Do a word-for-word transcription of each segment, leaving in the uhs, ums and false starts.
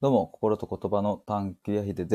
どうも、心と言葉の探求やひでです、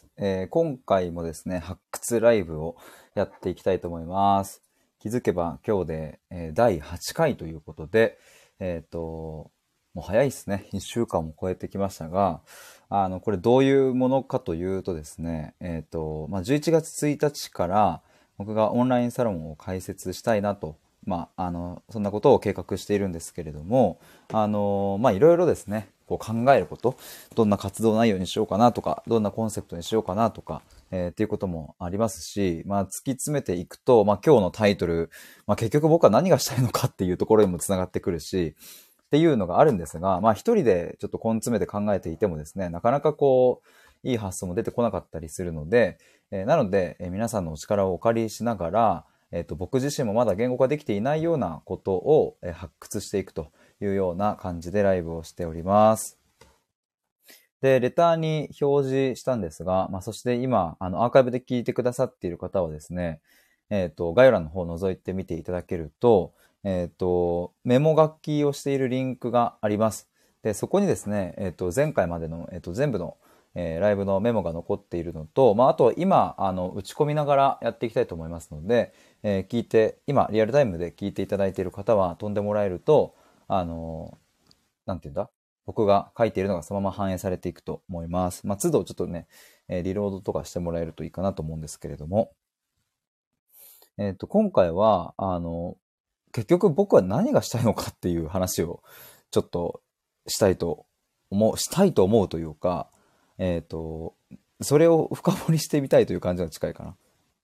えー今回もですね、発掘ライブをやっていきたいと思います。気づけば今日で、えーだいはちかいということで、えっと、もう早いですね。いっしゅうかんも超えてきましたが、あの、これどういうものかというとですね、えっと、まあ、じゅういちがつついたちから僕がオンラインサロンを開設したいなと、まあ、あの、そんなことを計画しているんですけれども、あの、まあ、いろいろですね、こう考えること、どんな活動内容にしようかなとか、どんなコンセプトにしようかなとか、えーっていうこともありますし、まあ、突き詰めていくと、まあ、今日のタイトル、まあ、結局僕は何がしたいのかっていうところにもつながってくるし、っていうのがあるんですが、まあ、一人でちょっと根詰めて考えていてもですね、なかなかこう、いい発想も出てこなかったりするので、えーなので、えー皆さんのお力をお借りしながら、えっと、僕自身もまだ言語化できていないようなことを、えー発掘していくというような感じでライブをしております。で、レターに表示したんですが、まあ、そして今、あの、アーカイブで聞いてくださっている方はですね、えっと、概要欄の方を覗いてみていただけると、えっと、メモ書きをしているリンクがあります。で、そこにですね、えっと、前回までの、えっと、全部の、えーライブのメモが残っているのと、まあ、あと今、あの、打ち込みながらやっていきたいと思いますので、えー聞いて、今、リアルタイムで聞いていただいている方は飛んでもらえると、あの、なんていうんだ僕が書いているのがそのまま反映されていくと思います。まあ、都度ちょっとね、えーリロードとかしてもらえるといいかなと思うんですけれども、えっと、今回は、あの、結局僕は何がしたいのかっていう話をちょっとしたいと思う、したいと思うというか、えっと、それを深掘りしてみたいという感じが近いかな。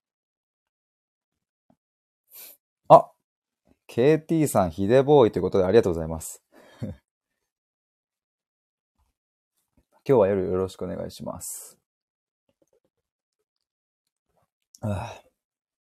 あ、ケーティー さん、ヒデボーイということでありがとうございます。今日は夜よろしくお願いします。ああ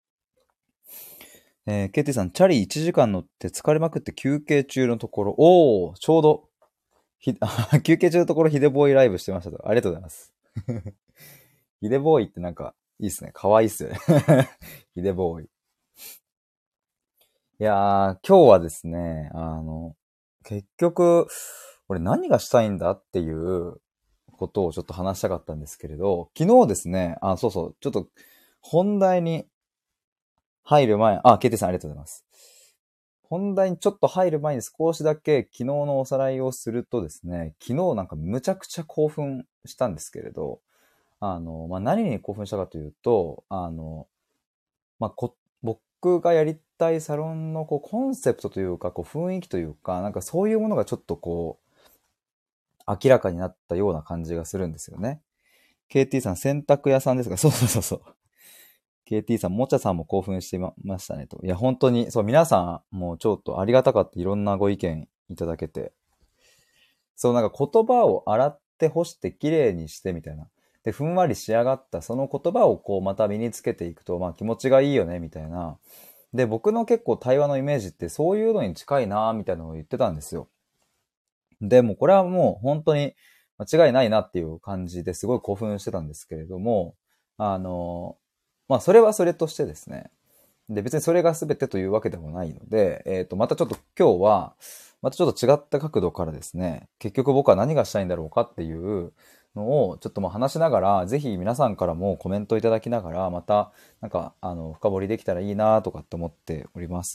えー、ケイティさん、チャリいちじかん乗って疲れまくって休憩中のところ、おー、ちょうど、ひ、休憩中のところヒデボーイライブしてましたと。ありがとうございます。ヒデボーイってなんか、いいっすね。かわいいっすよね。ヒデボーイ。いやー、今日はですね、あの、結局、俺何がしたいんだっていうことをちょっと話したかったんですけれど、昨日ですね、あ、そうそう、ちょっと本題に入る前、あ、ケイティさんありがとうございます。本題にちょっと入る前に少しだけ昨日のおさらいをするとですね、昨日なんかむちゃくちゃ興奮したんですけれど、あの、まあ、何に興奮したかというと、あの、まあ、こ、僕がやりたいサロンのこうコンセプトというか、こう雰囲気というか、なんかそういうものがちょっとこう、明らかになったような感じがするんですよね。ケーティー さん、洗濯屋さんですか？そうそうそうそう。ケーティー さん、もちゃさんも興奮してまましたねと。いや、本当に、そう、皆さん、もうちょっとありがたかったいろんなご意見いただけて。そう、なんか言葉を洗って干して綺麗にしてみたいな。で、ふんわり仕上がったその言葉をこうまた身につけていくと、まあ気持ちがいいよね、みたいな。で、僕の結構対話のイメージってそういうのに近いな、みたいなのを言ってたんですよ。で、もうこれはもう本当に間違いないなっていう感じですごい興奮してたんですけれども、あの、まあそれはそれとしてですね、で、別にそれが全てというわけでもないので、えっと、またちょっと今日は、またちょっと違った角度からですね、結局僕は何がしたいんだろうかっていうのをちょっともう話しながら、ぜひ皆さんからもコメントいただきながら、またなんか、あの、深掘りできたらいいなとかって思っております。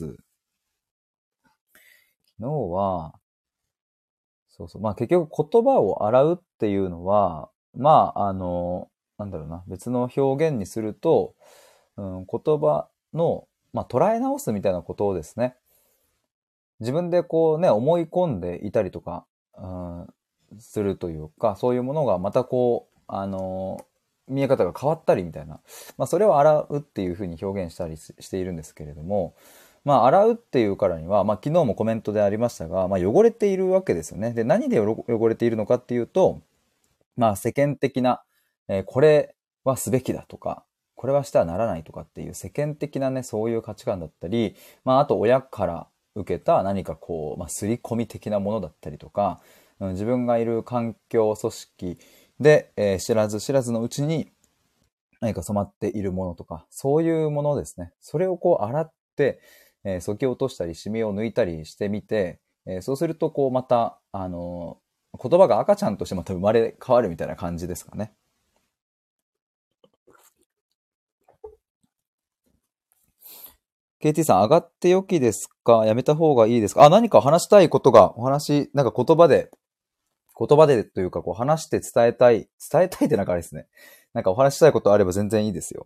昨日は、そうそう、まあ結局言葉を洗うっていうのは、まあ、あの、なんだろうな、別の表現にすると、うん、言葉の、まあ捉え直すみたいなことをですね、自分でこうね、思い込んでいたりとか、うん、するというか、そういうものがまたこう、あの見え方が変わったりみたいな。まあ、それを洗うっていうふうに表現したりしているんですけれども、まあ、洗うっていうからには、まあ、昨日もコメントでありましたが、まあ、汚れているわけですよね。で、何で汚れているのかっていうと、まあ、世間的な、えーこれはすべきだとか、これはしてはならないとかっていう世間的なね、そういう価値観だったり、まあ、あと親から受けた何かこう、まあ、刷り込み的なものだったりとか、うん自分がいる環境、組織で、えー知らず知らずのうちに何か染まっているものとか、そういうものですね。それをこう洗って、えー、削ぎ落としたり、シミを抜いたりしてみて、えーそうするとこうまた、あのー言葉が赤ちゃんとしてまた生まれ変わるみたいな感じですかね。ケーティー さん、上がってよきですか？やめた方がいいですか？あ、何か話したいことが、お話、なんか言葉で、言葉でというか、こう話して伝えたい、伝えたいってなんかあれですね。なんかお話したいことあれば全然いいですよ。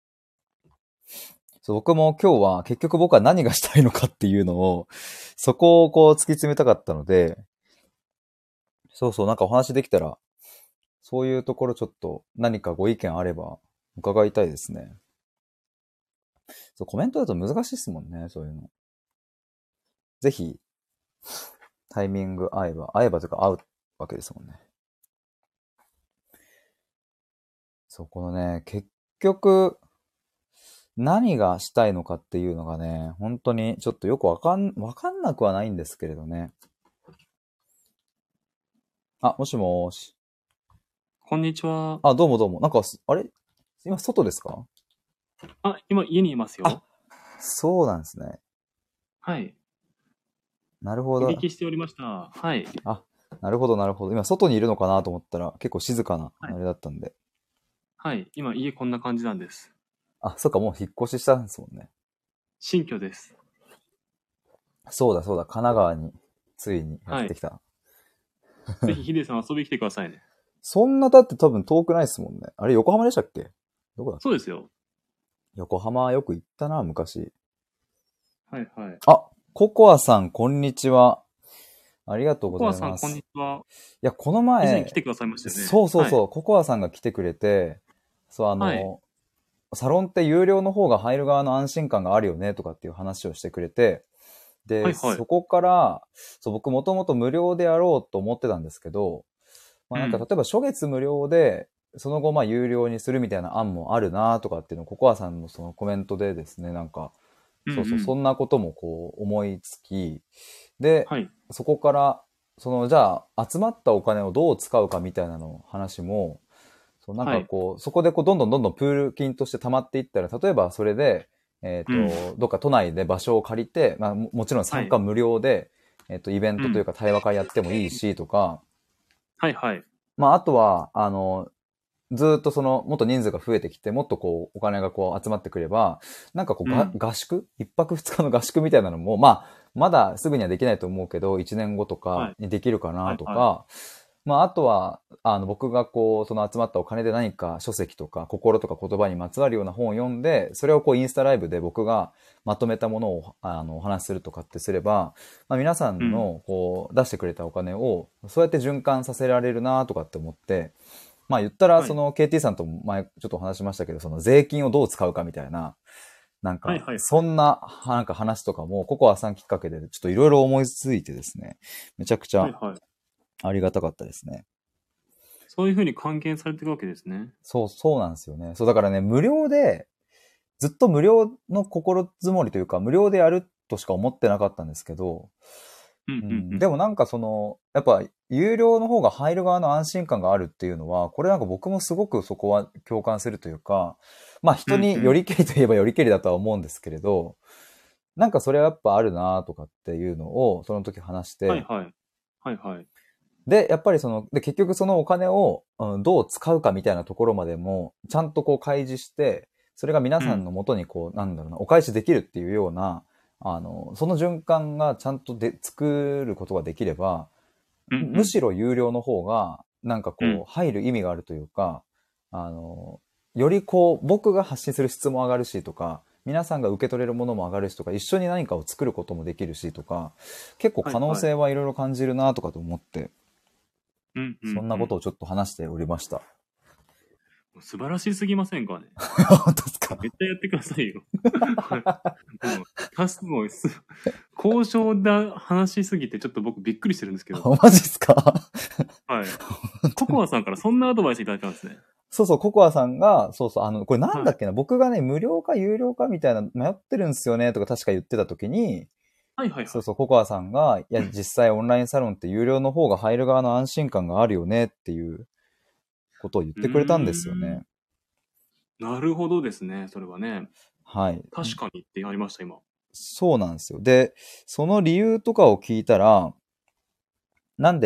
そう、僕も今日は結局僕は何がしたいのかっていうのを、そこをこう突き詰めたかったので、そうそう、なんかお話できたら、そういうところちょっと何かご意見あれば伺いたいですね。そう、コメントだと難しいですもんね、そういうの。ぜひ、タイミング合えば、合えばというか合うわけですもんね。そう、このね、結局、何がしたいのかっていうのがね、本当にちょっとよくわかん、わかんなくはないんですけれどね。あ、もしもーし。 こんにちは。 あ、どうもどうも。なんかす、あれ今外ですか？ あ、今家にいますあ、 よ。 そうなんですね。 はい。 なるほど。 お聞きしておりました。はい。 あ、なるほどなるほど。今外にいるのかなと思ったら結構静かなはい。 あれだったんで。 はい。今家こんな感じなんです。 あ、そっか、もう引っ越ししたんですもんね。 新居です。 そうだそうだ、神奈川についにやっはい。 てきた。 ぜひヒデさん遊びに来てくださいね。 そんなだって多分遠くないですもんね。あれ横浜でしたっけ？どこだっけ？ そうですよ。 横浜よく行ったな、昔。 はいはい。 あ、ココアさん、こんにちは。ありがとうござココアさん、こんいます。いにちは。 や、この以前来前、 てくださいましたよね。はい。 そうそうそう、ココアさんが来てくれて、そう、あはい。 の、サロンって有料の方が入る側の安心感があるよね、とかっていう話をしてくれて、で、 はいはい。 そこから、そう、僕もともと無料でやろうと思ってたんですけど、まあなんか例うん。 えば初月無料で、その後まあ有料にするみたいな案もあるなとかっていうのをココアさんのそのコメントでですね、なんか、 うんうそうそう、そん。 んなこともこう思いつき、で、 はい。 そこから、そのじゃあ集まったお金をどう使うかみたいなの話も、そうなんはい。 かこう、そこでこうどんどんどんどんプール金として溜まっていったら、例えばそれで、えっうん。 と、どっか都内で場所を借りて、まあももちろんはい。 参加無料で、えっと、イベンうん。 トというか対話会やってもいいしとか、 はいはい。 まああとは、あの、ずーっとその、もっと人数が増えてきて、もっとこう、お金がこう集まってくれば、なんかこうが、 うん。 合宿一泊二日の合宿みたいなのも、まあ、まだすぐにはできないと思うけど、一年後とかはい。 にできるかなはいはい。 とか、まあ、あとは、あの、僕がこう、その集まったお金で何か書籍とか、心とか言葉にまつわるような本を読んで、それをこう、インスタライブで僕がまとめたものを、あの、お話しするとかってすれば、まあ、皆さうん。 んの、こう、出してくれたお金を、そうやって循環させられるなとかって思って、まあ言ったら、 はい。 その ケーティー さんとも前ちょっとお話しましたけど、その税金をどう使うかみたいな、なんはいか、 はいはい。 そんな、なんか話とかも、ココアさんきっかけで、ちょっといろいろ思いついてですね、めちゃくちゃはいはい。 ありがたかったですね。 そういうふうに還元されてるわけですね。 そう、そうなんですよね。そう、だからね、無料で、ずっと無料の心づもりというか、無料でやるとしか思ってなかったんですけど、 うんうん、 うんうん。 でもなんかその、やっぱ、有料の方が入る側の安心感があるっていうのは、これなんか僕もすごくそこは共感するというか、まあ人にようんうん。 りけりといえばよりけりだとは思うんですけれど、なんかそれはやっぱあるなとかっていうのをその時話して、 はいはい。はいはい。 で、やっぱりその、で、結局そのお金を、うん、どう使うかみたいなところまでも、ちゃんとこう開示して、それが皆さんうん。 のもとにこう、なんだろうな、お返しできるっていうような、あの、その循環がちゃんとで、作ることができれば、 うんうん。 むしろ有料の方が、なんかうん。 こう、入る意味があるというか、あの、よりこう、僕が発信する質も上がるしとか、皆さんが受け取れるものも上がるしとか、一緒に何かを作ることもできるしとか、結構可能はいはい。 性はいろいろ感じるなとかと思って、 うんうそんなことんうん。 をちょっと話しておりました。 素晴らしすぎませんかね。 本当ですか？ 絶対やってくださいよ。はい。もう、たす、もうす、交渉だ話しすぎてちょっと僕びっくりしてるんですけど。 マジですか？ はい。 本当に。 ココアさんからそんなアドバイスいただいたんですね。 そうそう、ココアさんが、そうそう、あの、これなんはい。 だっけな、僕がね、無料か有料かみたいな迷ってるんですよね、とか確か言ってた時に、 はいはいはい。 そうそう、ココアさんが、いや、実際オンラインサロンって有料の方が入る側の安心感があるよねっていうことを言っうてくれたんですよーん。 ね。 なるほどですね。それはね。 はい。 確かにってありました、今。 そうなんですよ。で、その理由とかを聞いたら、なんで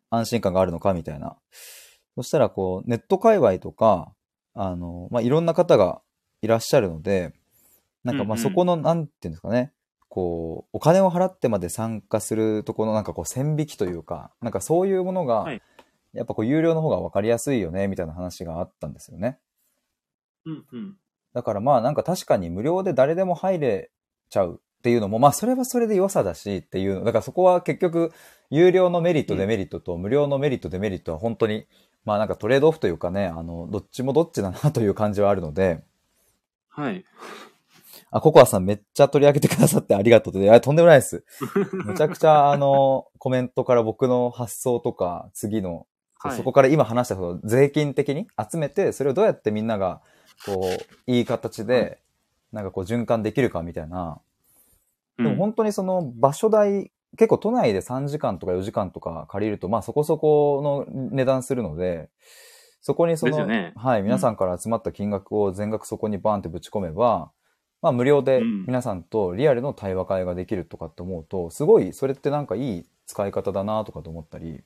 安心感があるのかみたいな。そしたら、こう、ネット界隈とか、あの、まあ、いろんな方がいらっしゃるので、なんかまあうんうんそこの、なんていうんですかね、こう、お金を払ってまで参加するところのなんかこう線引きというか、なんかそういうものが、 はい。 やっぱこう有料の方が分かりやすいよね、みたいな話があったんですよね。 うんうん。 だからまあなんか確かに無料で誰でも入れちゃうっていうのも、まあそれはそれで良さだしっていうの、だからそこは結局、有料のメリット、デうん。 メリットと無料のメリット、デメリットは本当に、まあなんかトレードオフというかね、あの、どっちもどっちだなという感じはあるので、 はい。 あ、ココアさんめっちゃ取り上げてくださってありがとうと。いや、とんでもないです。むちゃくちゃ、あの、コメントから僕の発想とか、次の、そうはい。 そこから今話したことを税金的に集めて、それをどうやってみんなが、こう、いい形はい。 で、なんかこう循環できるかみたいな。でもうん。 本当にその場所代、結構都内でさんじかんとかよじかんとか借りると、まあそこそこの値段するので、そこにその、 ですよね。 はい、 うん。 皆さんから集まった金額を全額そこにバーンってぶち込めば、まあ無料でうん。 皆さんとリアルの対話会ができるとかって思うと、すごいそれってなんかいい使い方だなとかと思ったり、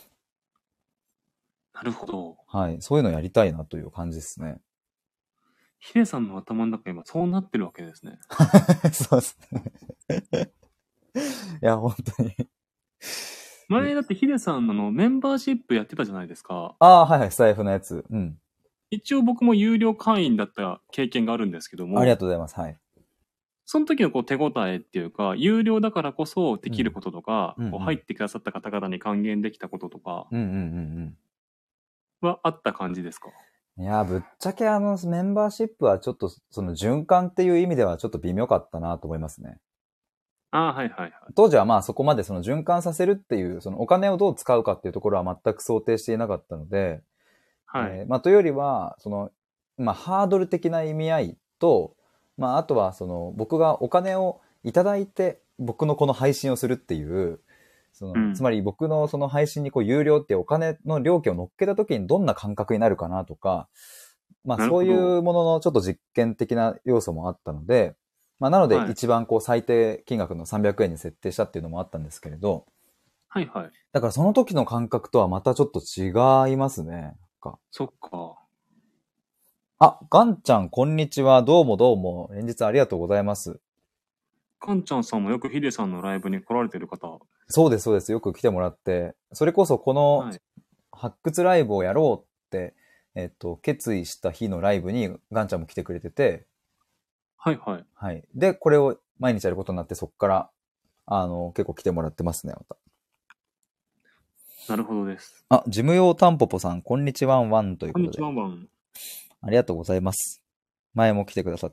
なるほど。 はい、そういうのやりたいなという感じですね。 ヒデさんの頭の中今そうなってるわけですね。 そうですね。いや、本当に。 前だってヒデさんあのメンバーシップやってたじゃないですか。 ああ、はいはい、スタイフのやつ。うん。 一応僕も有料会員だった経験があるんですけどありがも、 とうございます。はい。 その時のこう手応えっていうか、有料だからこそでうん。 きることとか、 うんうん。 こう入ってくださった方々に還元できたこととかうんうんうんはあった感じですか？ うん。いや、ぶっちゃけあのメンバーシップはちょっとその循環っていう意味ではちょっと微妙かったなと思いますね。 ああ、はいはいはい。 当時はまあそこまでその循環させるっていう、そのお金をどう使うかっていうところは全く想定していなかったので、 はい。 えーまあというよりは、その、まあハードル的な意味合いと、まああとはその僕がお金をいただいて僕のこの配信をするっていう、その、つうん。 まり僕のその配信にこう有料っていうお金の料金を乗っけた時にどんな感覚になるかなとか、まあなるそういほど。 うもののちょっと実験的な要素もあったので、まあなのではい。 一番こう最低金額のさんびゃくえんに設定したっていうのもあったんですけれど、 はいはい。 だからその時の感覚とはまたちょっと違いますね。なんかそっか。 あ、ガンちゃんこんにちは。どうもどうも。連日ありがとうございます。 かんちゃんさんもよくヒデさんのライブに来られてる方。 そうですそうです。よく来てもらって、それこそこのはい。 発掘ライブをやろうって、えっと、決意した日のライブにガンちゃんも来てくれてて、 はいはい。 はい。で、これを毎日やることになって、そこから、あの、結構来てもらってますね、また。 なるほどです。 あ、事務用タンポポさん、こんにちはんわんというこんにちことで。 はワン。 ありがとうございます。前も来てくださって。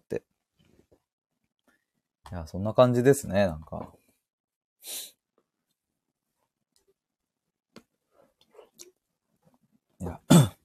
いや、そんな感じですね、なんか。いや、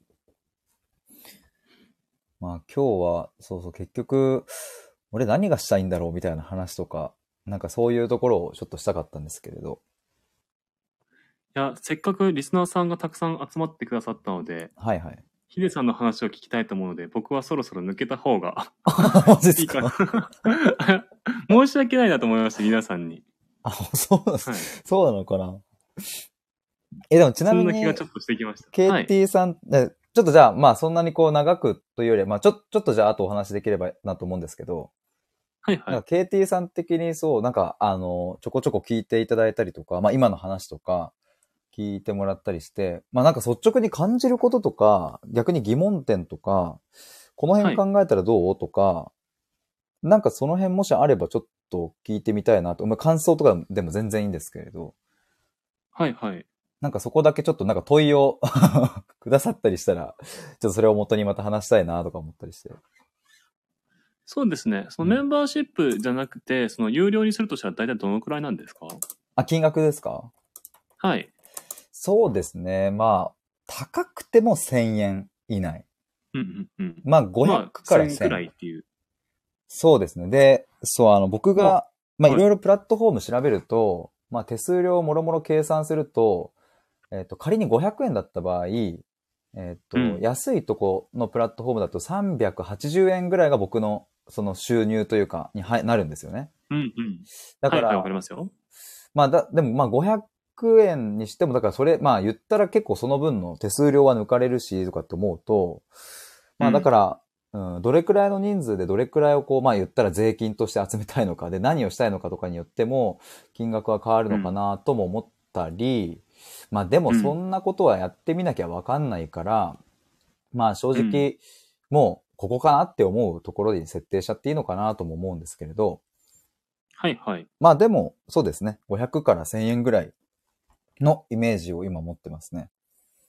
まあ今日は、そうそう、結局、俺何がしたいんだろうみたいな話とか、なんかそういうところをちょっとしたかったんですけれど。 いや、せっかくリスナーさんがたくさん集まってくださったので、 はいはい。 ヒデさんの話を聞きたいと思うので、僕はそろそろ抜けた方がマジですいいかか？ な申し訳ないなと思いました、皆さんに。 あ、そうなんです。 はい。 そうなのかな。え、でもちなそんみに、 な気がちょっとしてきました。はい。 ケーティー さん、えちょっとじゃあ、まあそんなにこう長くというよりは、まあちょ、ちょっとじゃあ後お話できればなと思うんですけど、 はいはい。 なんか ケーティー さん的にそう、なんかあの、ちょこちょこ聞いていただいたりとか、まあ今の話とか聞いてもらったりして、まあなんか率直に感じることとか、逆に疑問点とか、この辺はい。 考えたらどうとか、なんかその辺もしあればちょっと聞いてみたいなと、まあ感想とかでも全然いいんですけれど、 はいはい。 なんかそこだけちょっとなんか問いをくださったりしたら、ちょっとそれを元にまた話したいなとか思ったりして。 そうですね。そうん。 のメンバーシップじゃなくて、その有料にするとしたら大体どのくらいなんですか？ あ、金額ですか？ はい。 そうですね。まあ、高くてもせんえん以内。 うんうんうん。 まあまあ、 ごひゃくからせんくせん。 らいっていう。 そうですね。で、そう、あの、僕まが、まあいあ、はい。 ろいろプラットフォーム調べると、まあ手数料もろもろ計算すると、えっと、仮にごひゃくえんだった場合、えっと、 うん。 安いとこのプラットフォームだとさんびゃくはちじゅうえんぐらいが僕のその収入というか、にはなるんですよね。 うんうん。はいはい、わかだから、 りますよ。 まあだ、でもまあごひゃく、 くえんにしても、だからそれ、まあ言ったら結構その分の手数料は抜かれるし、とかって思うと、まあだから、うん、どれくらいの人数でどれくらいをこう、まあ言ったら税金として集めたいのかで何をしたいのかとかによっても金額は変わるのかなとも思ったり、まあでもそんなことはやってみなきゃわかんないから、まあ正直もうここかなって思うところに設定しちゃっていいのかなとも思うんですけれど、 はいはい。 まあでもそうですね、ごひゃくからせんえんぐらいのイメージを今持ってますね。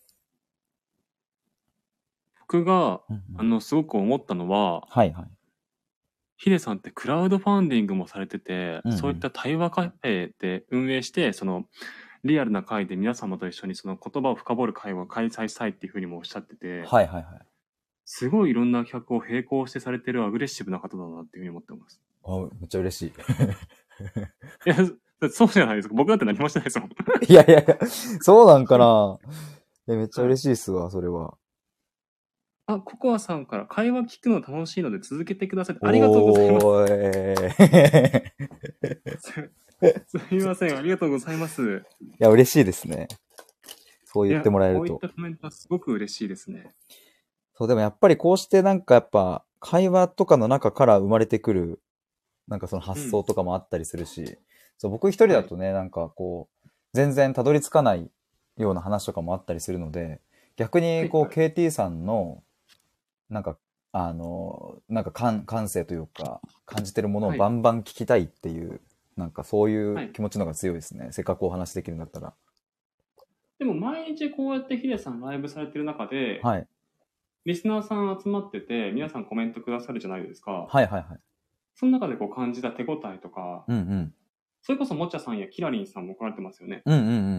僕が、 うんうん、 あの、すごく思ったのは、 はいはい。 ヒデさんってクラウドファンディングもされてて、 うんうん、 そういった対話カフェで運営して、その、リアルな会で皆様と一緒にその言葉を深掘る会話を開催したいっていうふうにもおっしゃってて、 はいはいはい。 すごいいろんな企画を並行してされてるアグレッシブな方だなっていうふうに思ってます。 あ、めっちゃ嬉しい。 いや、そうじゃないですか。僕だって何もしてないですもん。 いやいやいや、そうなんかな。え、めっちゃ嬉しいっすわ、それは。 あ、ココアさんから会話聞くの楽しいので続けてください。ありがとうございます。 おーいすみません、ありがとうございます。 いや、嬉しいですね。そう言ってもらえると。 こういったコメントはすごく嬉しいですね。 そう、でもやっぱりこうしてなんかやっぱ、会話とかの中から生まれてくる、なんかその発想とかもあったりするし、うん、そう、僕一人だとね、はい、なんかこう、全然たどり着かないような話とかもあったりするので、逆にこう、はいはい、ケーティー さんの、なんか、あの、なんか感、感性というか、感じてるものをバンバン聞きたいっていう、はい、なんかそういう気持ちの方が強いですね。はい、せっかくお話できるんだったら。 でも毎日こうやってヒデさんライブされてる中で、 はい。 リスナーさん集まってて、皆さんコメントくださるじゃないですか。 はいはいはい。その中でこう感じた手応えとか、 うんうん。 それこそもちゃさんやキラリンさんも来られてますよね。 うんうんうんうんうん。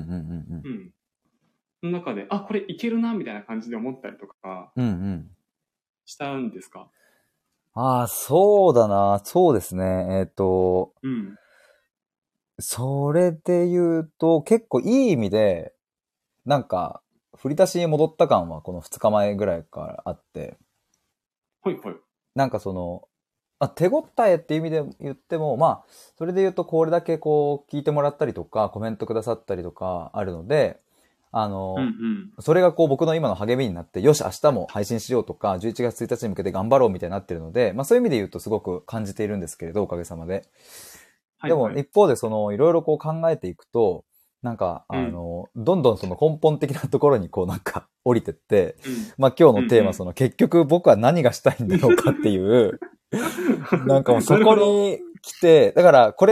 うん。 その中で、あ、これいけるな、みたいな感じで思ったりとか、 うんうん。 したんですか？ ああ、そうだな。そうですね。えっと、 うん。 それで言うと、結構いい意味で、なんか、振り出しに戻った感はこのふつかまえぐらいからあって。 はいはい。 なんかその、あ、手応えっていう意味で言っても、まあ、それで言うとこれだけこう聞いてもらったりとか、コメントくださったりとかあるので、あの、うんうん、それがこう僕の今の励みになって、よし、明日も配信しようとか、じゅういちがつついたちに向けて頑張ろうみたいになってるので、まあそういう意味で言うとすごく感じているんですけれど、おかげさまで。でも一方でその、いろいろこう考えていくと、なんか、あの、うん、どんどんその根本的なところにこうなんか降りてって、うん、まあ今日のテーマその、結局僕は何がしたいんだろうかっていう、なんかもうそこに来て、だからこれって、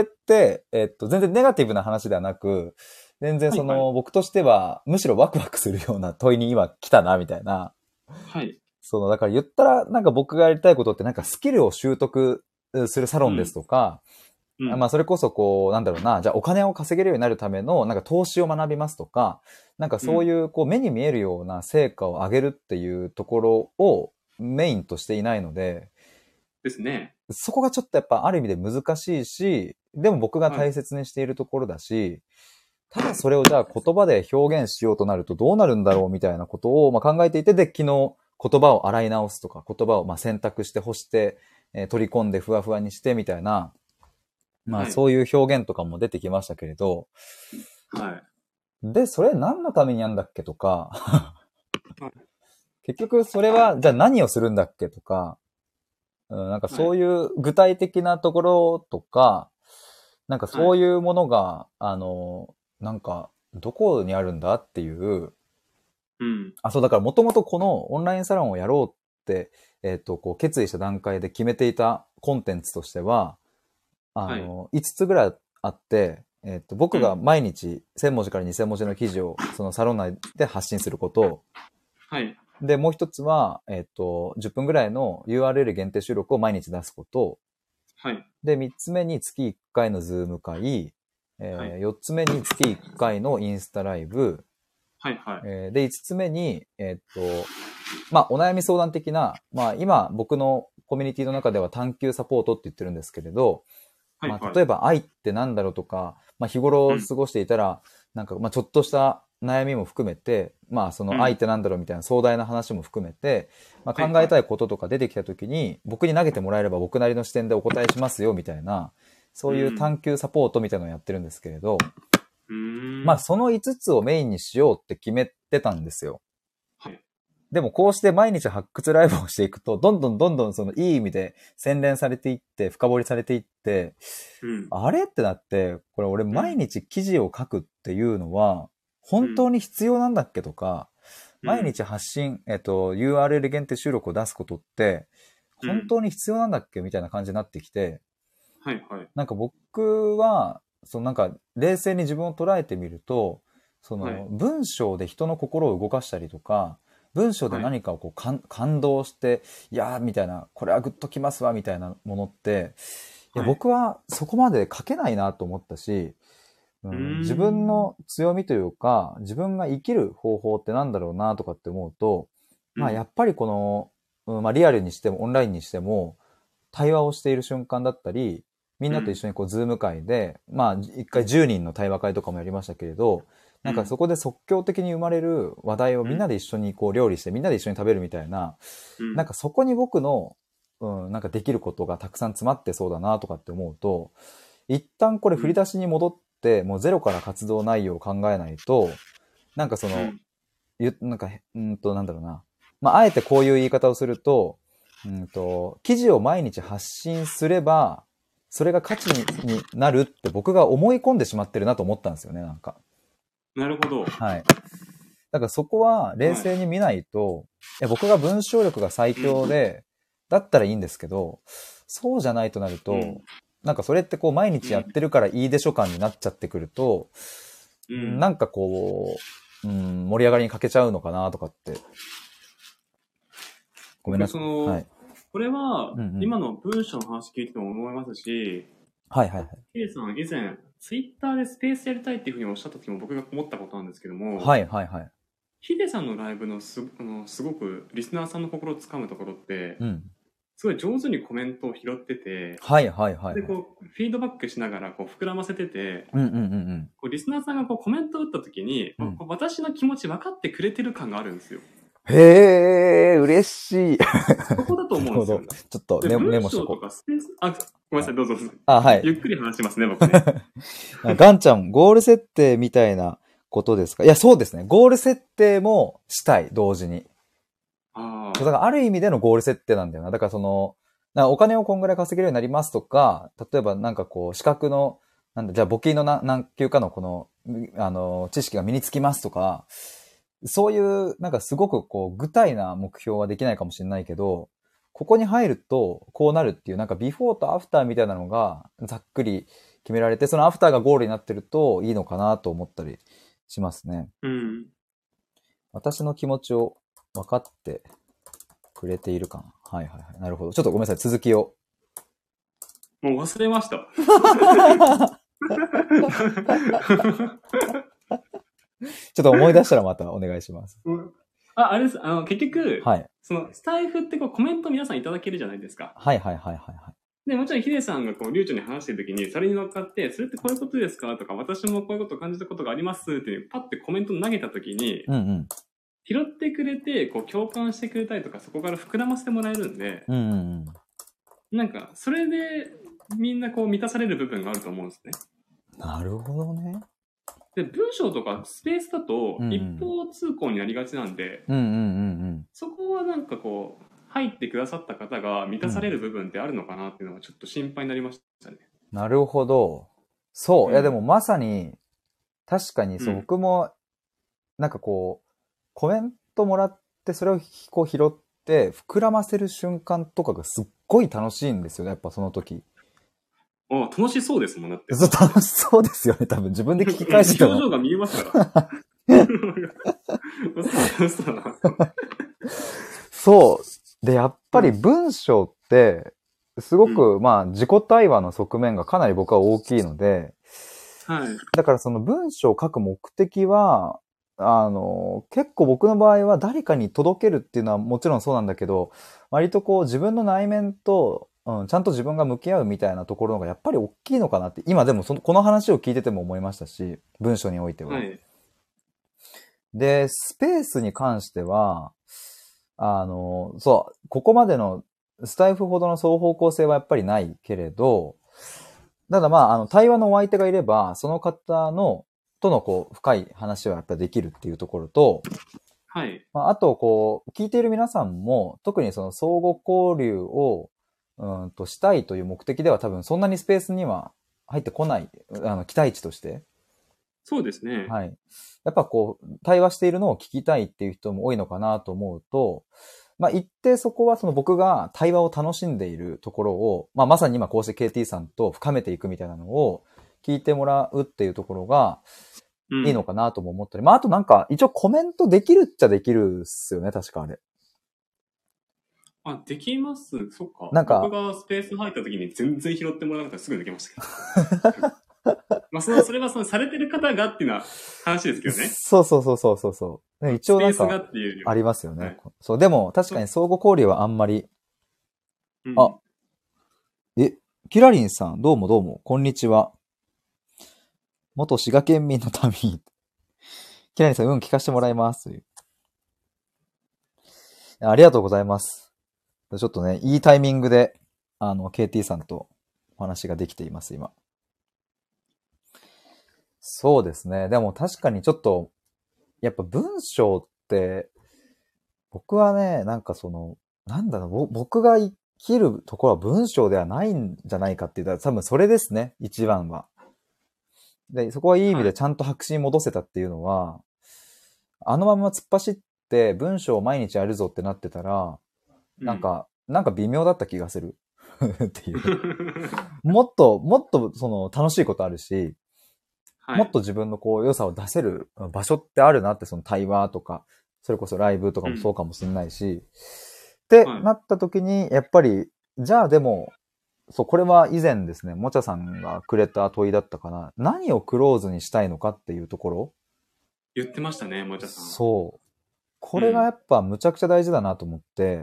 えっと、全然ネガティブな話ではなく、全然その、はいはい、僕としてはむしろワクワクするような問いに今来たな、みたいな。 はい。 その、だから言ったらなんか僕がやりたいことってなんかスキルを習得するサロンですとか、うんうん、まあそれこそこう、なんだろうな、じゃあお金を稼げるようになるためのなんか投資を学びますとか、なんかそういうこう目に見えるような成果を上げるっていうところをメインとしていないので、 ですね。 そこがちょっとやっぱある意味で難しいし、でも僕が大切にしているところだし、はい、ただそれをじゃあ言葉で表現しようとなるとどうなるんだろうみたいなことをまあ考えていて、で、昨日言葉を洗い直すとか、言葉をまあ選択して干して、えー、取り込んでふわふわにしてみたいな、まあそういう表現とかも出てきましたけれど、 はい。 で、それ何のためにやんだっけとか、結局それはじゃあ何をするんだっけとか、うん、なんかそういう具体的なところとか、なんかそういうものが、はい、あの、なんかどこにあるんだっていう、 うん。 あ、そうだからもともとこのオンラインサロンをやろうって、えっと、こう決意した段階で決めていたコンテンツとしては、あの、はい、いつつぐらいあって、えっと、僕が毎日せんもじからにせんもじの記事をそのサロン内で発信すること、 はい。 で、もう一つは、えっと、じゅっぷんぐらいの ユーアールエル 限定収録を毎日出すこと。 はい。 で、三つ目に月いっかいのズーム会。えーはい、四つ目に月いっかいのインスタライブ。 はいはい。 えー、で、五つ目に、えっと、まあ、お悩み相談的な、まあ、今、僕のコミュニティの中では探求サポートって言ってるんですけれど、はいはい、まあ、例えば愛ってなんだろうとか、まあ、日頃過ごしていたら、うん、なんか、まあ、ちょっとした悩みも含めて、まあその愛ってなんだろうみたいな壮大な話も含めて、まあ、考えたいこととか出てきたときに、僕に投げてもらえれば僕なりの視点でお答えしますよみたいな、そういう探求サポートみたいなのをやってるんですけれど、 うーん。 まあそのいつつをメインにしようって決めてたんですよ。 はい。 でもこうして毎日発掘ライブをしていくと、どんどんどんどんそのいい意味で洗練されていって、深掘りされていって、 うん。 あれってなって、これ俺毎日記事を書くっていうのは、本当に必要なんだっけとか、毎日発信、えっと、ユーアールエル 限定収録を出すことって、本当に必要なんだっけみたいな感じになってきて、 はいはい。 なんか僕は、そのなんか冷静に自分を捉えてみると、そはいの文章で人の心を動かしたりとか、文章で何かをこう感感動して、いやーみたいな、これはグッときますわみたいなものって、いやはい。 僕はそこまで書けないなと思ったし、ううーん、自分ん。 の強みというか、自分が生きる方法ってなんだろうなとかって思うと、まあやうん。 っぱりこの、うんまあリアルにしてもオンラインにしても、対話をしている瞬間だったり、みんなと一うん。 緒にこうズーム会で、まあ一回じゅうにんの対話会とかもやりましたけれど、なんかうん。 そこで即興的に生まれる話題をうん。 みんなで一緒にこう料理してみんなで一緒に食べるみたいな、 うん。 なんかそこに僕の、うん、なんかできることがたくさん詰まってそうだなとかって思うと、一旦これ振り出しに戻って、もうゼロから活動内容を考えないと、なんかその、 うん。 ゆなんか、うんと、なんだろうな。まあ、あえてこういう言い方をすると、うんと、記事を毎日発信すれば、それが価値にになるって僕が思い込んでしまってるなと思ったんですよね、なんか。 なるほど。 はい。だからそこは冷はい。 静に見ないと、いや僕が文章力が最うん。 強で、だったらいいんですけど、そうじゃないとなると、 うん。 なんかそれってこう毎日やっうん。 てるからいいでしょ感になっちゃってくると、 うん。 なんかこう、うん、盛り上がりに欠けちゃうのかなとかって、ごめん僕、 なさい。はその、 い。 これは、 うんうん。 今の文章の話聞いてても思いますし、 はいはいはい。 ヒデさん以前、ツイッターでスペースやりたいっていうふうにおっしゃった時も僕が思ったことなんですけども、 はいはいはい。 ヒデさんのライブのすあのすごくリスナーさんの心をつかむところって、 うん。 すごい上手にコメントを拾ってて、 はいはいはいで、 はい。 こう、フィードバックしながらこう膨らませてて、 うんうんうんこうリスナーさんがこうコメントを打った時に、 うん。うん。 こう私の気持ち分かってくれてる感があるんですよ。 へー、嬉しい。 そこだとなるほど。 思うんですよね。で、 ちょっとメメ文章とモしとこかスペース、あ、ごめんなさい、どうぞどうぞ。 う。あ、はい。 ゆっくり話しますね、僕ね。 ガンちゃん、ゴール設定みたいなことですか？いや、そうですね。ゴール設定もしたい、同時に。 ああ、 そうだからある意味でのゴール設定なんだよな。だからその、なんかお金をこんぐらい稼げるようになりますとか、例えばなんかこう、資格の、なんだ、じゃあ簿記の何何級かのこの、あの、知識が身につきますとか、そういう、なんかすごくこう、具体な目標はできないかもしれないけど、ここに入ると、こうなるっていう、なんかビフォーとアフターみたいなのが、ざっくり決められて、そのアフターがゴールになってるといいのかなと思ったりしますね。 うん。 私の気持ちを分かってくれているかな。はいはいはい。なるほど。ちょっとごめんなさい。続きを。 もう忘れました。 ちょっと思い出したらまたお願いします。 うんあ、あれです。あの、結局、 はい。 その、スタイフってこうコメント皆さんいただけるじゃないですか。 はいはいはいはいはい。 で、もちろんヒデさんがこう、流暢に話してるときに、それに乗っかって、それってこういうことですかとか、私もこういうことを感じたことがありますって、パッてコメント投げたときに、 うんうん。 拾ってくれて、こう、共感してくれたりとか、そこから膨らませてもらえるんで、 うんうんうん。 なんか、それで、みんなこう、満たされる部分があると思うんですね。 なるほどね。 で、文章とかスペースだと、 うんうん一方通行になりがちなんで、 うんうんうんうん。 そこはなんかこう、入ってくださった方が満たされる部分ってあるのかなっていうのがちょっと心配になりましたね。 なるほど。そう。いやでもうん。 まさに、確かにそう、 うん。 僕も、なんかこう、コメントもらって、それをこう拾って、膨らませる瞬間とかがすっごい楽しいんですよね。やっぱその時。 あ、楽しそうですもん、だって。 そう楽しそうですよね。多分自分で聞き返してても。 表情が見えますから。楽しそうだな。 そう。で、やっぱりうん。 文章って、すごうん。 く、まあ、自己対話の側面がかなり僕は大きいので、 はい。 だからその文章を書く目的は、あの、結構僕の場合は誰かに届けるっていうのはもちろんそうなんだけど、割とこう自分の内面と、うん、ちゃんと自分が向き合うみたいなところのがやっぱり大きいのかなって、今でもその、この話を聞いてても思いましたし、文章においては。 はい。でで、スペースに関しては、あの、そう、ここまでのスタイフほどの双方向性はやっぱりないけれど、ただまあ、あの、対話のお相手がいれば、その方の、 とのこう、深い話はやっぱできるっていうところと、 はい。 まあ、あと、こう、聞いている皆さんも、特にその相互交流を、うんとしたいという目的では多分そんなにスペースには入ってこない、あの、期待値として。 そうですね。 はい。やっぱこう、対話しているのを聞きたいっていう人も多いのかなと思うと、まあ、一定そこはその僕が対話を楽しんでいるところを、まあ、まさに今こうして ケーティー さんと深めていくみたいなのを聞いてもらうっていうところがいいのかなとも思ったり、うん、まあ、あとなんか一応コメントできるっちゃできるっすよね、確かあれ。 あ、できます。そっか。 なんか僕がスペース入った時に全然拾ってもらわなかったらすぐ抜けましたけど。まあ、その、それはその、されてる方がっていうのは話ですけどね。 そうそうそうそうそうそう。ね、一応なんか、 スペースがっていうよりはありますよね。 はい、 そう、でも確かに相互交流はあんまり、 うん、 あ、え、キラリンさん、どうもどうも、こんにちは。元滋賀県民の民。キラリンさん、うん、聞かせてもらいます。ありがとうございます。ちょっとね、いいタイミングで、あの、ケーティー さんとお話ができています、今。そうですね。でも確かにちょっと、やっぱ文章って、僕はね、なんかその、なんだろう、僕が生きるところは文章ではないんじゃないかって言ったら、多分それですね、一番は。で、そこはいい意味でちゃんと白紙に戻せたっていうのは、はい、あのまま突っ走って文章を毎日やるぞってなってたら、なんか、うん、なんか微妙だった気がするっていう。もっと、もっとその楽しいことあるし、はい、もっと自分のこう良さを出せる場所ってあるなって、その対話とか、それこそライブとかもそうかもしれないし、うん、ってなった時に、やっぱり、じゃあでも、そう、これは以前ですね、もちゃさんがくれた問いだったかな。何をクローズにしたいのかっていうところ。 言ってましたね、もちゃさん。 そう。これがやっぱむちゃくちゃ大事だなと思って、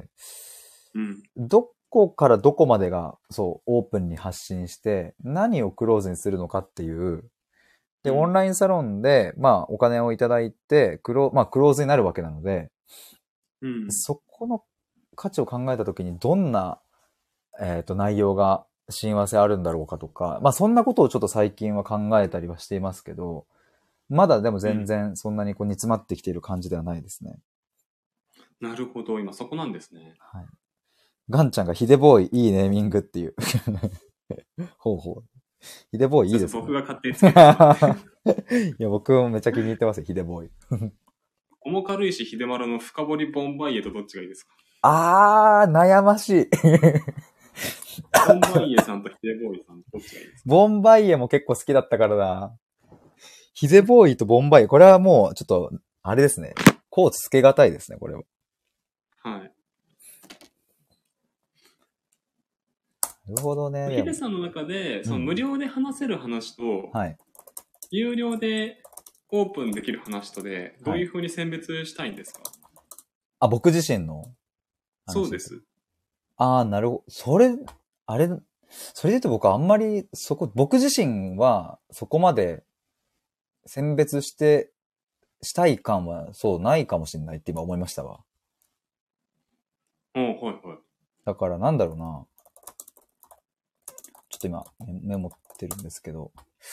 うん、 どこからどこまでが、そう、オープンに発信して、何をクローズにするのかっていう。で、オンラインサロンで、まあ、お金をいただいて、クロ、まあ、クローズになるわけなので、 うん、 そこの価値を考えたときに、どんな、えっと、内容が親和性あるんだろうかとか、まあそんなことをちょっと最近は考えたりはしていますけど、まだでも全然そんなにこう煮詰まってきている感じではないですね。 うん、なるほど、今そこなんですね。 はい。ガンちゃんがヒデボーイいいネーミングっていう。ほうほう。ヒデボーイいいですね。 僕が勝手につけていや、僕もめっちゃ気に入ってますよ、ヒデボーイ。 重軽石秀丸の深掘りボンバイエとどっちがいいですか？ あー、悩ましい。 ボンバイエさんとヒデボーイさんどっちがいいですか？ ボンバイエも結構好きだったからな。ヒデボーイとボンバイエ、これはもうちょっと、あれですね。コーツつけがたいですね、これは。 はい。なるほどね。 ヒデさんの中で、その無料で話せる話と、うん、 はい。 有料でオープンできる話とで、どういう風に選別したいんですか？はい、 あ、僕自身の話。そうです。 ああ、なるほど。それ、あれ、それで言うと僕あんまり、そこ、僕自身はそこまで選別して、したい感はそうないかもしれないって今思いましたわ。 うん、はいはい。 だからなんだろうな。ちょっと今メモってるんですけど。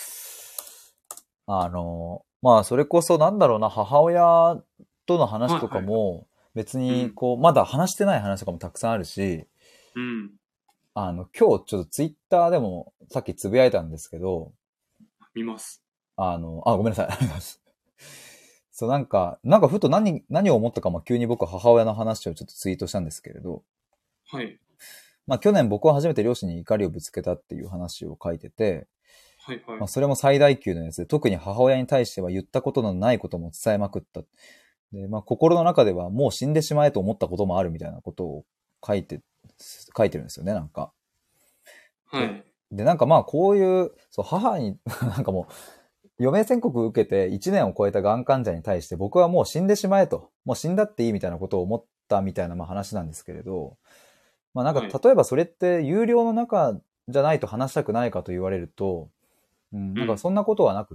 あの、まあそれこそなんだろうな、母親との話とかも別にこう、まだ話してない話とかもたくさんあるし、 うん。 あの、今日ちょっとツイッターでもさっきつぶやいたんですけど、 見ます。 あの、あ、ごめんなさい。そう、なんか、なんかふと何、何を思ったかも急に僕は母親の話をちょっとツイートしたんですけれど、 はい。 まあ去年僕は初めて両親に怒りをぶつけたっていう話を書いてて、 はいはい。 まあそれも最大級のやつで、特に母親に対しては言ったことのないことも伝えまくった。で、まあ心の中ではもう死んでしまえと思ったこともあるみたいなことを書いて、書いてるんですよね、なんか。 はい。 で、なんかまあこういう、そう、母に、なんかもう、余命宣告を受けていちねんを超えたがん患者に対して僕はもう死んでしまえと、もう死んだっていいみたいなことを思ったみたいなまあ話なんですけれど、まあなんか例えばそれって有料の中じゃないと話したくないかと言われると、うん、なんかそんなことはなくって、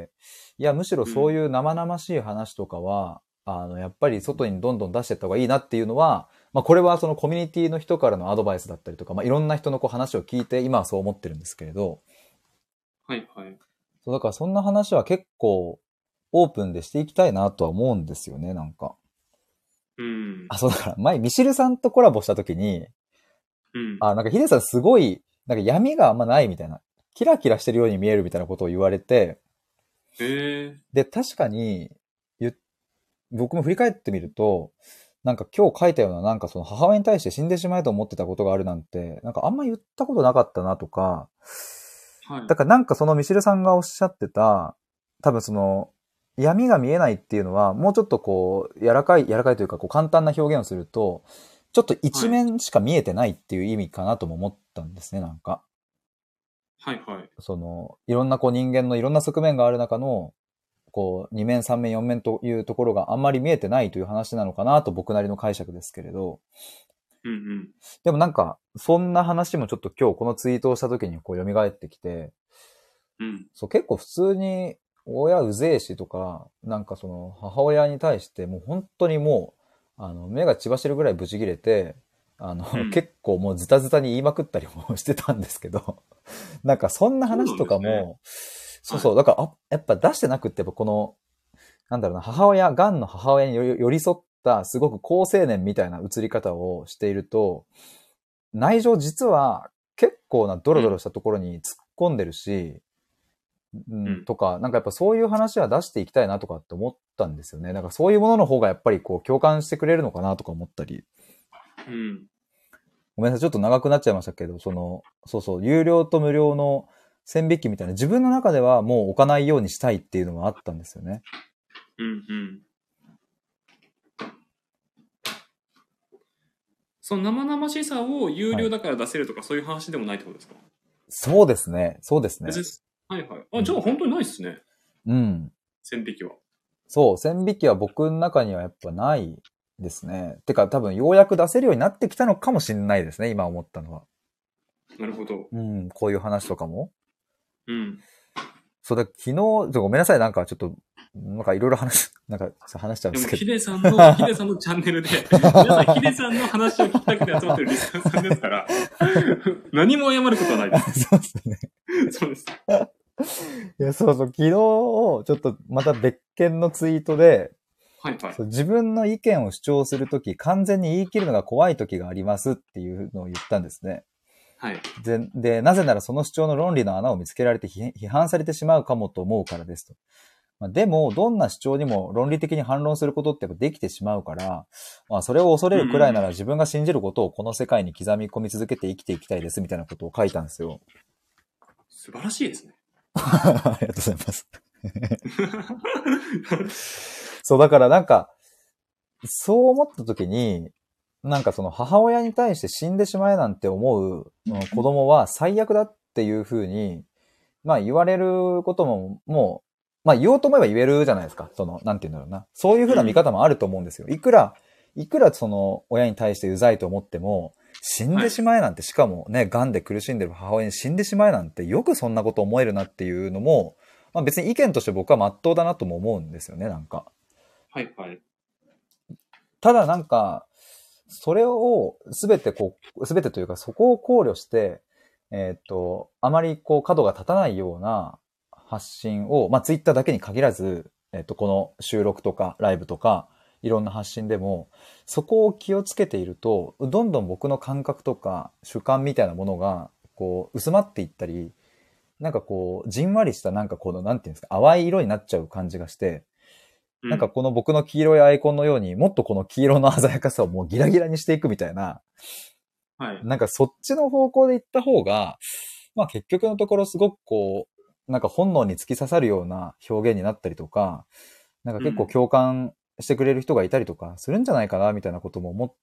いやむしろそういう生々しい話とかは、うん、あのやっぱり外にどんどん出していった方がいいなっていうのは、まあこれはそのコミュニティの人からのアドバイスだったりとか、まあいろんな人のこう話を聞いて今はそう思ってるんですけれど、 はいはい。 そう、だからそんな話は結構オープンでしていきたいなとは思うんですよね、なんか。 うん。 あ、そうだから前、ミシルさんとコラボした時に、 うん。 あ、なんかヒデさんすごい、なんか闇があんまないみたいな、キラキラしてるように見えるみたいなことを言われて、 へえ。 で、確かに、ゆ僕も振り返ってみると、なんか今日書いたような、なんかその母親に対して死んでしまえと思ってたことがあるなんて、なんかあんま言ったことなかったなとか、 はい。 だからなんかそのミシルさんがおっしゃってた、多分その、闇が見えないっていうのは、もうちょっとこう、柔らかい、柔らかいというか、こう簡単な表現をすると、ちょっと一はい。 面しか見えてないっていう意味かなとも思ったんですね、なんか。 はい。はい。 その、いろんなこう人間のいろんな側面がある中の、こう、二面、三面、四面というところがあんまり見えてないという話なのかなと僕なりの解釈ですけれど、 うんうん。 でもなんか、そんな話もちょっと今日このツイートをした時にこう蘇ってきて、 うん。 そう結構普通に親うぜえしとか、なんかその母親に対してもう本当にもう、あの、目が血走るぐらいブチ切れて、あの、 うん。 結構もうズタズタに言いまくったりもしてたんですけど、なんかそんなそうな話とんですね。 かも、そうはい。 そう、だから、あ、やっぱ出してなくって、やっぱこの、なんだろうな、母親、癌の母親により寄り添った、すごく好青年みたいな映り方をしていると、内情実は結構なドロドロうん。 したところに突っ込んでるし、うん、 うん。 とか、なんかやっぱそういう話は出していきたいなとかって思ったんですよね。なんかそういうものの方がやっぱりこう共感してくれるのかなとか思ったり。 うん。 ごめんなさい、ちょっと長くなっちゃいましたけど、その、そうそう、有料と無料の線引きみたいな、自分の中ではもう置かないようにしたいっていうのもあったんですよね。 うん。うん。その生々しさを有はい。 料だから出せるとかそういう話でもないってことですか？ そうですね。そうですね。 別です。はいはい。あ、じゃうん。 あ本当にないっすね。 うん。 線引きは。 そう、線引きは僕の中にはやっぱないですね。てか多分ようやく出せるようになってきたのかもしれないですね、今思ったのは。 なるほど。 うん、こういう話とかも。 うん。 そうだ、昨日、ちょごめんなさい、なんかちょっと、なんかいろいろ話、なんか話しちゃうんでも、 ですけど。 ヒデさんの、ヒデさんのチャンネルで、皆さんヒデさんの話を聞きたくて集まってるリスナーさんですから、何も謝ることはないです。 そうですね。 そうです。 いや、そうそう、昨日、ちょっとまた別件のツイートで、 はいはい。 そう自分の意見を主張するとき、完全に言い切るのが怖いときがありますっていうのを言ったんですね。 はい。 で、でなぜならその主張の論理の穴を見つけられて批批判されてしまうかもと思うからですと。まあ、でも、どんな主張にも論理的に反論することってやっぱできてしまうから、まあ、それを恐れうんるくらいならうん自分が信じることをこの世界に刻み込み続けて生きていきたいですみたいなことを書いたんですよ。 素晴らしいですね。 ありがとうございます。そう、だからなんか、そう思った時に、なんかその母親に対して死んでしまえなんて思う子供は最悪だっていうふうに、まあ言われることも、もう、まあ言おうと思えば言えるじゃないですか。その、なんて言うんだろうな。そういうふうな見うん。 方もあると思うんですよ。いくら、いくらその親に対してうざいと思っても、死んはい。 でしまえなんて、しかもね、癌で苦しんでる母親に死んでしまえなんて、よくそんなこと思えるなっていうのも、まあ別に意見として僕は真っ当だなとも思うんですよね、なんか。 はいはい。 ただなんか、それをすべてこう、すべてというかそこを考慮して、えーっと、あまりこう角が立たないような発信を、まあツイッターだけに限らず、えーっと、この収録とかライブとか、いろんな発信でも、そこを気をつけていると、どんどん僕の感覚とか主観みたいなものが、こう、薄まっていったり、なんかこう、じんわりしたなんかこの、なんていうんですか、淡い色になっちゃう感じがして、なんかうん。 この僕の黄色いアイコンのように、もっとこの黄色の鮮やかさをもうギラギラにしていくみたいな、 はい。 なんかそっちの方向で行った方が、まあ結局のところすごくこう、なんか本能に突き刺さるような表現になったりとか、なんかうん。 結構共感してくれる人がいたりとかするんじゃないかなみたいなことも思って、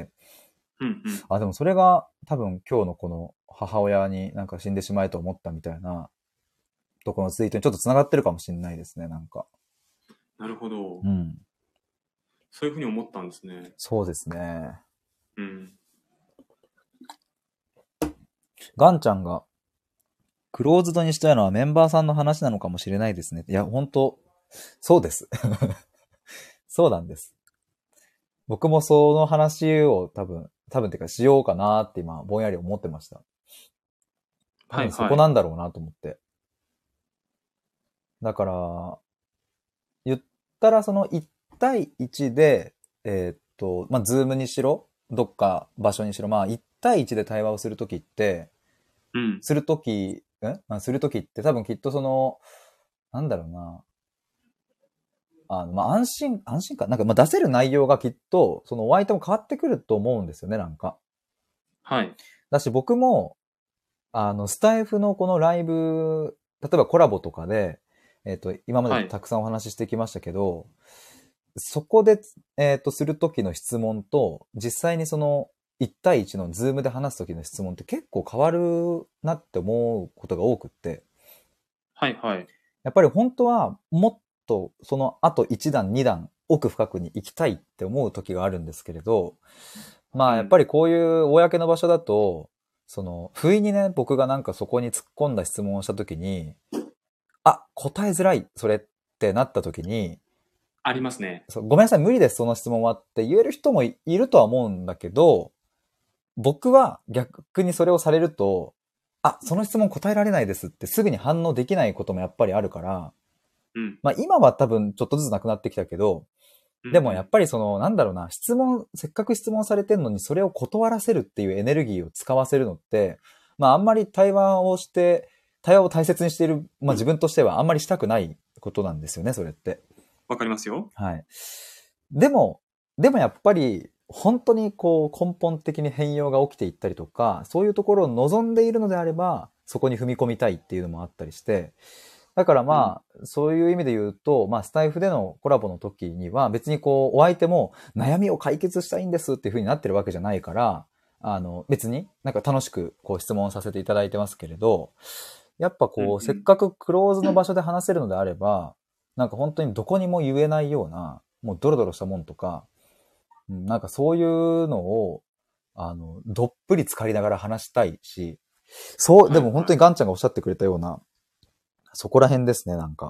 うんうん。 あ、でもそれが多分今日のこの母親になんか死んでしまえと思ったみたいなところのツイートにちょっと繋がってるかもしれないですね、なんか。 なるほど。 うん。 そういうふうに思ったんですね。 そうですね。 うん。 ガンちゃんがクローズドにしたいのはメンバーさんの話なのかもしれないですね。いや、本当そうです。そうなんです。僕もその話を多分、多分っていうかしようかなって今、ぼんやり思ってました。多分そはいはい。 こなんだろうなと思って。 だから、言ったらそのいち対いちで、えーっと、まあ、ズームにしろ、どっか場所にしろ、まあ、いち対いちで対話をするときって、 うん。 するとき、んまあ、するときって多分きっとその、なんだろうな、あの、まあ、安心、安心感なんか、まあ、出せる内容がきっと、そのお相手も変わってくると思うんですよね、なんか。 はい。 だし、僕も、あの、スタイフのこのライブ、例えばコラボとかで、えっと、今まではい。 たくさんお話ししてきましたけど、そこで、えっと、するときの質問と、実際にその、いち対いちのズームで話すときの質問って結構変わるなって思うことが多くって、 はい。はい。 やっぱり本当はもっとその後いち段に段奥深くに行きたいって思う時があるんですけれど、まあやっうん。 ぱりこういう公の場所だと、その不意にね、僕がなんかそこに突っ込んだ質問をした時に、あ、答えづらい、それってなった時に、 ありますね。 そうごめんなさい、無理です、その質問はって言える人もいるとは思うんだけど、僕は逆にそれをされると、あ、その質問答えられないですってすぐに反応できないこともやっぱりあるから、 うん。 まあ今は多分ちょっとずつなくなってきたけど、 うん。 でもやっうん。 ぱりその、なんだろうな、質問、せっかく質問されてんのにそれを断らせるっていうエネルギーを使わせるのって、まああんまり対話をして、対話を大切にしている、まあ自分としてはあんまりしたくないことなんですよね、それって。 わかりますよ。 はい。でも、でもやっぱり、本当にこう根本的に変容が起きていったりとか、そういうところを望んでいるのであれば、そこに踏み込みたいっていうのもあったりして、だからうん。 まあ、そういう意味で言うと、まあ、スタイフでのコラボの時には、別にこう、お相手も悩みを解決したいんですっていう風になってるわけじゃないから、あの、別になんか楽しくこう質問させていただいてますけれど、やっぱうん。 こう、せっうん。 かくクローズの場所で話せるのであれば、なんか本当にどこにも言えないような、もうドロドロしたもんとか、うん、なんかそういうのを、あの、どっぷり浸かりながら話したいし、そう、ではい。 も本はい。 当にガンちゃんがおっしゃってくれたような、そこら辺ですね、なんか。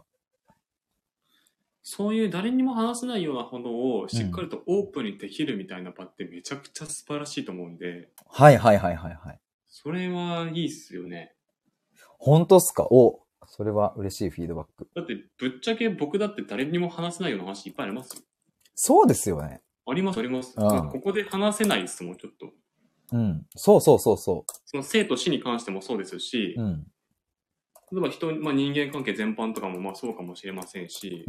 そういう誰にも話せないようなものをうん。 しっかりとオープンにできるみたいな場ってめちゃくちゃ素晴らしいと思うんで、 はいはいはいはいはい。 それはいいっすよね。 本当っすか？お、それは嬉しいフィードバック。 だってぶっちゃけ僕だって誰にも話せないような話いっぱいありますよ。 そうですよね。 あります、あります。もううん。 ここで話せないっすもん、ちょっと。 うん。そうそうそうそその生と死に関してもそうですう。うし、 ん。 例えば人、まあ、人間関係全般とかもまあそうかもしれませんし、 うん。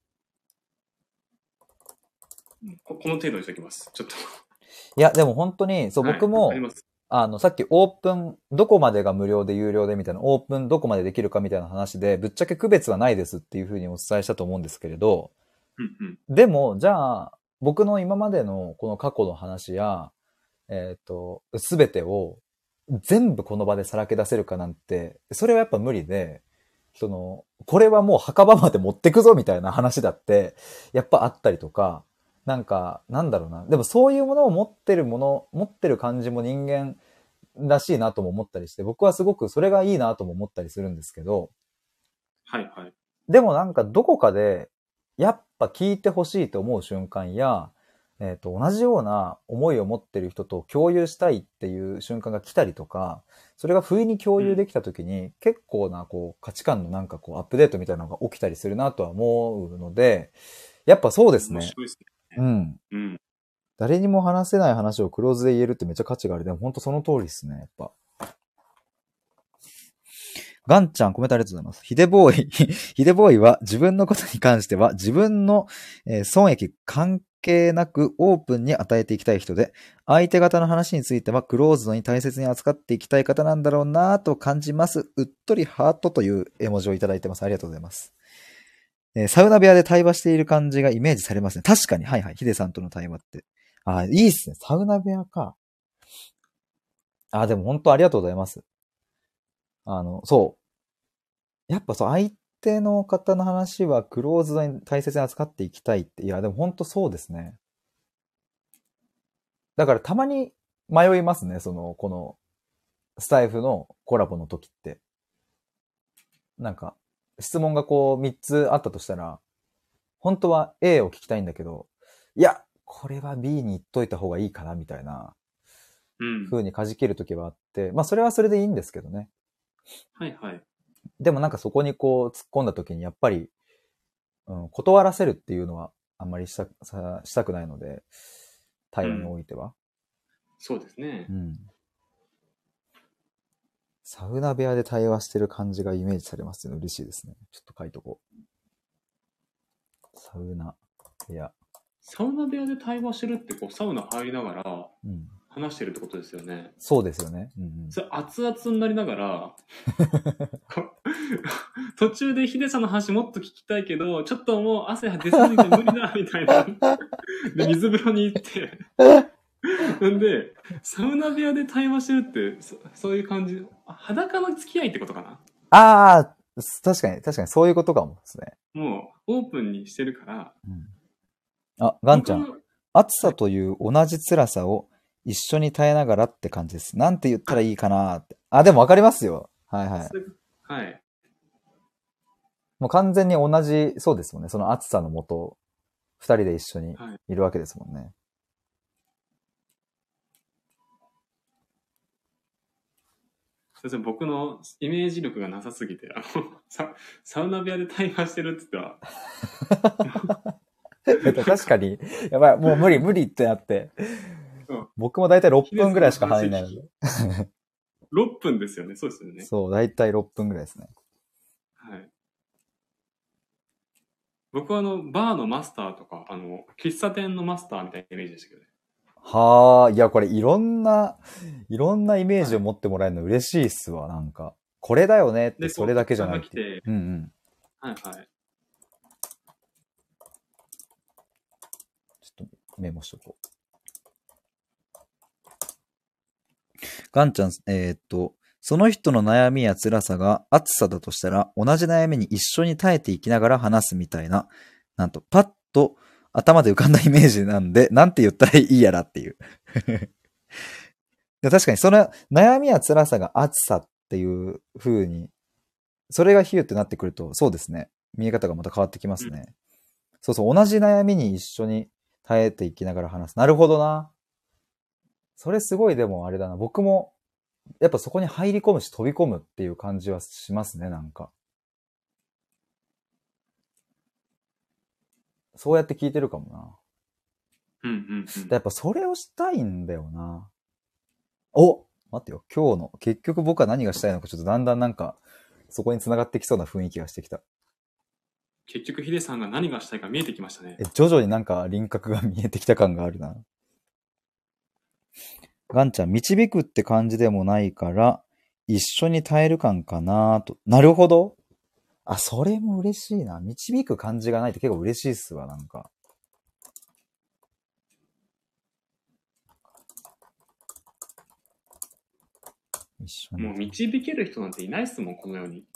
ここの程度にしておきます。ちょっと。 いや、でも本当に、そう、 はい、 僕も、 あります。 あの、さっきオープン、どこまでが無料で有料でみたいな、オープンどこまでできるかみたいな話で、ぶっちゃけ区別はないですっていうふうにお伝えしたと思うんですけれど、 うんうん。 でも、じゃあ、僕の今までのこの過去の話や、えっと、すべてを全部この場でさらけ出せるかなんて、それはやっぱ無理で、その、これはもう墓場まで持ってくぞみたいな話だって、やっぱあったりとか、なんか、なんだろうな。でもそういうものを持ってるもの、持ってる感じも人間らしいなとも思ったりして、僕はすごくそれがいいなとも思ったりするんですけど、 はいはい。 でもなんかどこかで、やっぱ聞いてほしいと思う瞬間や、えっと、同じような思いを持ってる人と共有したいっていう瞬間が来たりとか、それが不意に共うん。 有できた時に、結構なこう価値観のなんかこうアップデートみたいなのが起きたりするなとは思うので、やっぱそうですね。 面白いですね。 うん。 うん。 誰にも話せない話をクローズで言えるってめっちゃ価値がある。でも本当その通りですね、やっぱ。ガンちゃん、コメントありがとうございます。ヒデボーイ、ヒデボーイは自分のことに関しては自分の、えー損益関係なくオープンに与えていきたい人で、相手方の話についてはクローズドに大切に扱っていきたい方なんだろうなぁと感じます。うっとりハートという絵文字をいただいてます。ありがとうございます。えーサウナ部屋で対話している感じがイメージされますね。確かに、はいはい。ヒデさんとの対話って。あ、いいっすね。サウナ部屋か。あ、でも本当ありがとうございます。あの、そう。やっぱそう、相手の方の話はクローズドに大切に扱っていきたいって。いや、でも本当そうですね。だからたまに迷いますね。その、この、スタイフのコラボの時って。なんか、質問がこうみっつあったとしたら、本当は A を聞きたいんだけど、いや、これは B に言っといた方がいいかな、みたいなうん。 風に弾ける時はあって、まあそれはそれでいいんですけどね。 はいはい。 でもなんかそこにこう突っ込んだ時にやっぱり、うん、断らせるっていうのはあんまりした、さしたくないので、対話においては。うん、 そうですね。 うん。サウナ部屋で対話してる感じがイメージされますので嬉しいですね。ちょっと書いとこう。サウナ部屋。 サウナ部屋で対話してるってこうサウナ入りながらうん話してるってことですよね。 そうですよね。うんうん、 それ熱々になりながら途中でヒデさんの話もっと聞きたいけどちょっともう汗出すぎて無理だみたいなで水風呂に行ってなんでサウナ部屋で対話してるって そ, そういう感じ裸の付き合いってことかな。 ああ確かに確かにそういうことかもですね。 もうオープンにしてるから、うん、 あガンちゃん暑さという同じ辛さを一緒に耐えながらって感じです。なんて言ったらいいかなって。あ、でもわかりますよ。はいはい。 はい。 もう完全に同じ、そうですもんね。その暑さのもと、二人で一緒にいるわけですもんね。はい、 先生、僕のイメージ力がなさすぎて、あの、サ, サウナ部屋で対話してるって言ったら。 確かに、やばい、もう無理無理ってなって。うん、僕もだいたいろっぷんぐらいしか入んないので。 ろっぷんですよね。そうですよね。 そう、だいたいろっぷんぐらいですね。 はい。僕はあの、バーのマスターとか、あの、喫茶店のマスターみたいなイメージでしたけどね。 はあ、いや、これいろんな、いろんなイメージを持ってもらえるの嬉しいっすわ、なんか。これだよねってそれだけじゃないって。うんうん。 はいはい。 ちょっとメモしとこう。ガンちゃん、えー、っと、その人の悩みや辛さが暑さだとしたら、同じ悩みに一緒に耐えていきながら話すみたいな、なんと、パッと頭で浮かんだイメージなんで、なんて言ったらいいやらっていう。で確かに、その悩みや辛さが暑さっていう風に、それが比喩ってなってくると、そうですね。見え方がまた変わってきますね。うん、そうそう、同じ悩みに一緒に耐えていきながら話す。なるほどな。それすごいでもあれだな。僕も、やっぱそこに入り込むし飛び込むっていう感じはしますね、なんか。そうやって聞いてるかもな。 うんうんうん。 やっぱそれをしたいんだよな。お待ってよ。今日の、結局僕は何がしたいのかちょっとだんだんなんか、そこに繋がってきそうな雰囲気がしてきた。 結局ヒデさんが何がしたいか見えてきましたね。 え、徐々になんか輪郭が見えてきた感があるな。ガンちゃん、導くって感じでもないから、一緒に耐える感かなと。なるほど。あ、それも嬉しいな。導く感じがないと結構嬉しいっすわ、なんか。 一緒に。もう導ける人なんていないっすもん、この世に。 うん。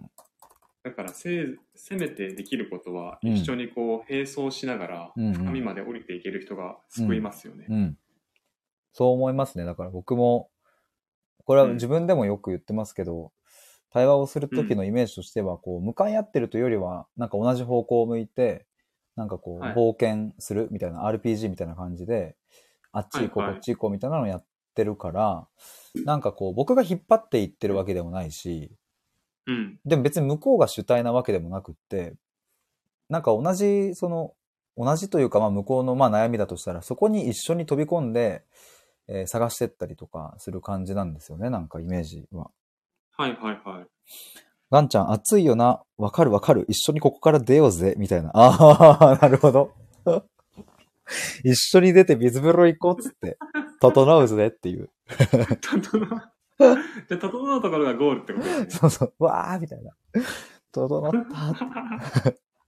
だからせ、せめてできることは、一緒にこう、並走しながら、深みまで降りていける人が救いますよね。 うんうん。そう思いますね。だから僕も、これは自分でもよく言ってますけど、うん、対話をするときのイメージとしては、こう、向かい合ってるというよりは、なんか同じ方向を向いて、なんかこう、冒険するみたいな、アールピージー みたいな感じで、あっち行こう、こっち行こうみたいなのをやってるから、なんかこう、僕が引っ張っていってるわけでもないし、 うん、 でも別に向こうが主体なわけでもなくって、なんか同じ、その、同じというか、まあ向こうのまあ悩みだとしたら、そこに一緒に飛び込んで、えー、探してったりとかする感じなんですよね、なんかイメージは。 はいはいはい。 ガンちゃん、暑いよな。わかるわかる。一緒にここから出ようぜ。みたいな。ああ、なるほど。一緒に出て水風呂行こうっつって。整うぜっていう。 整う。じゃあ、整うところがゴールってことですね。 そうそう。わーみたいな。整った。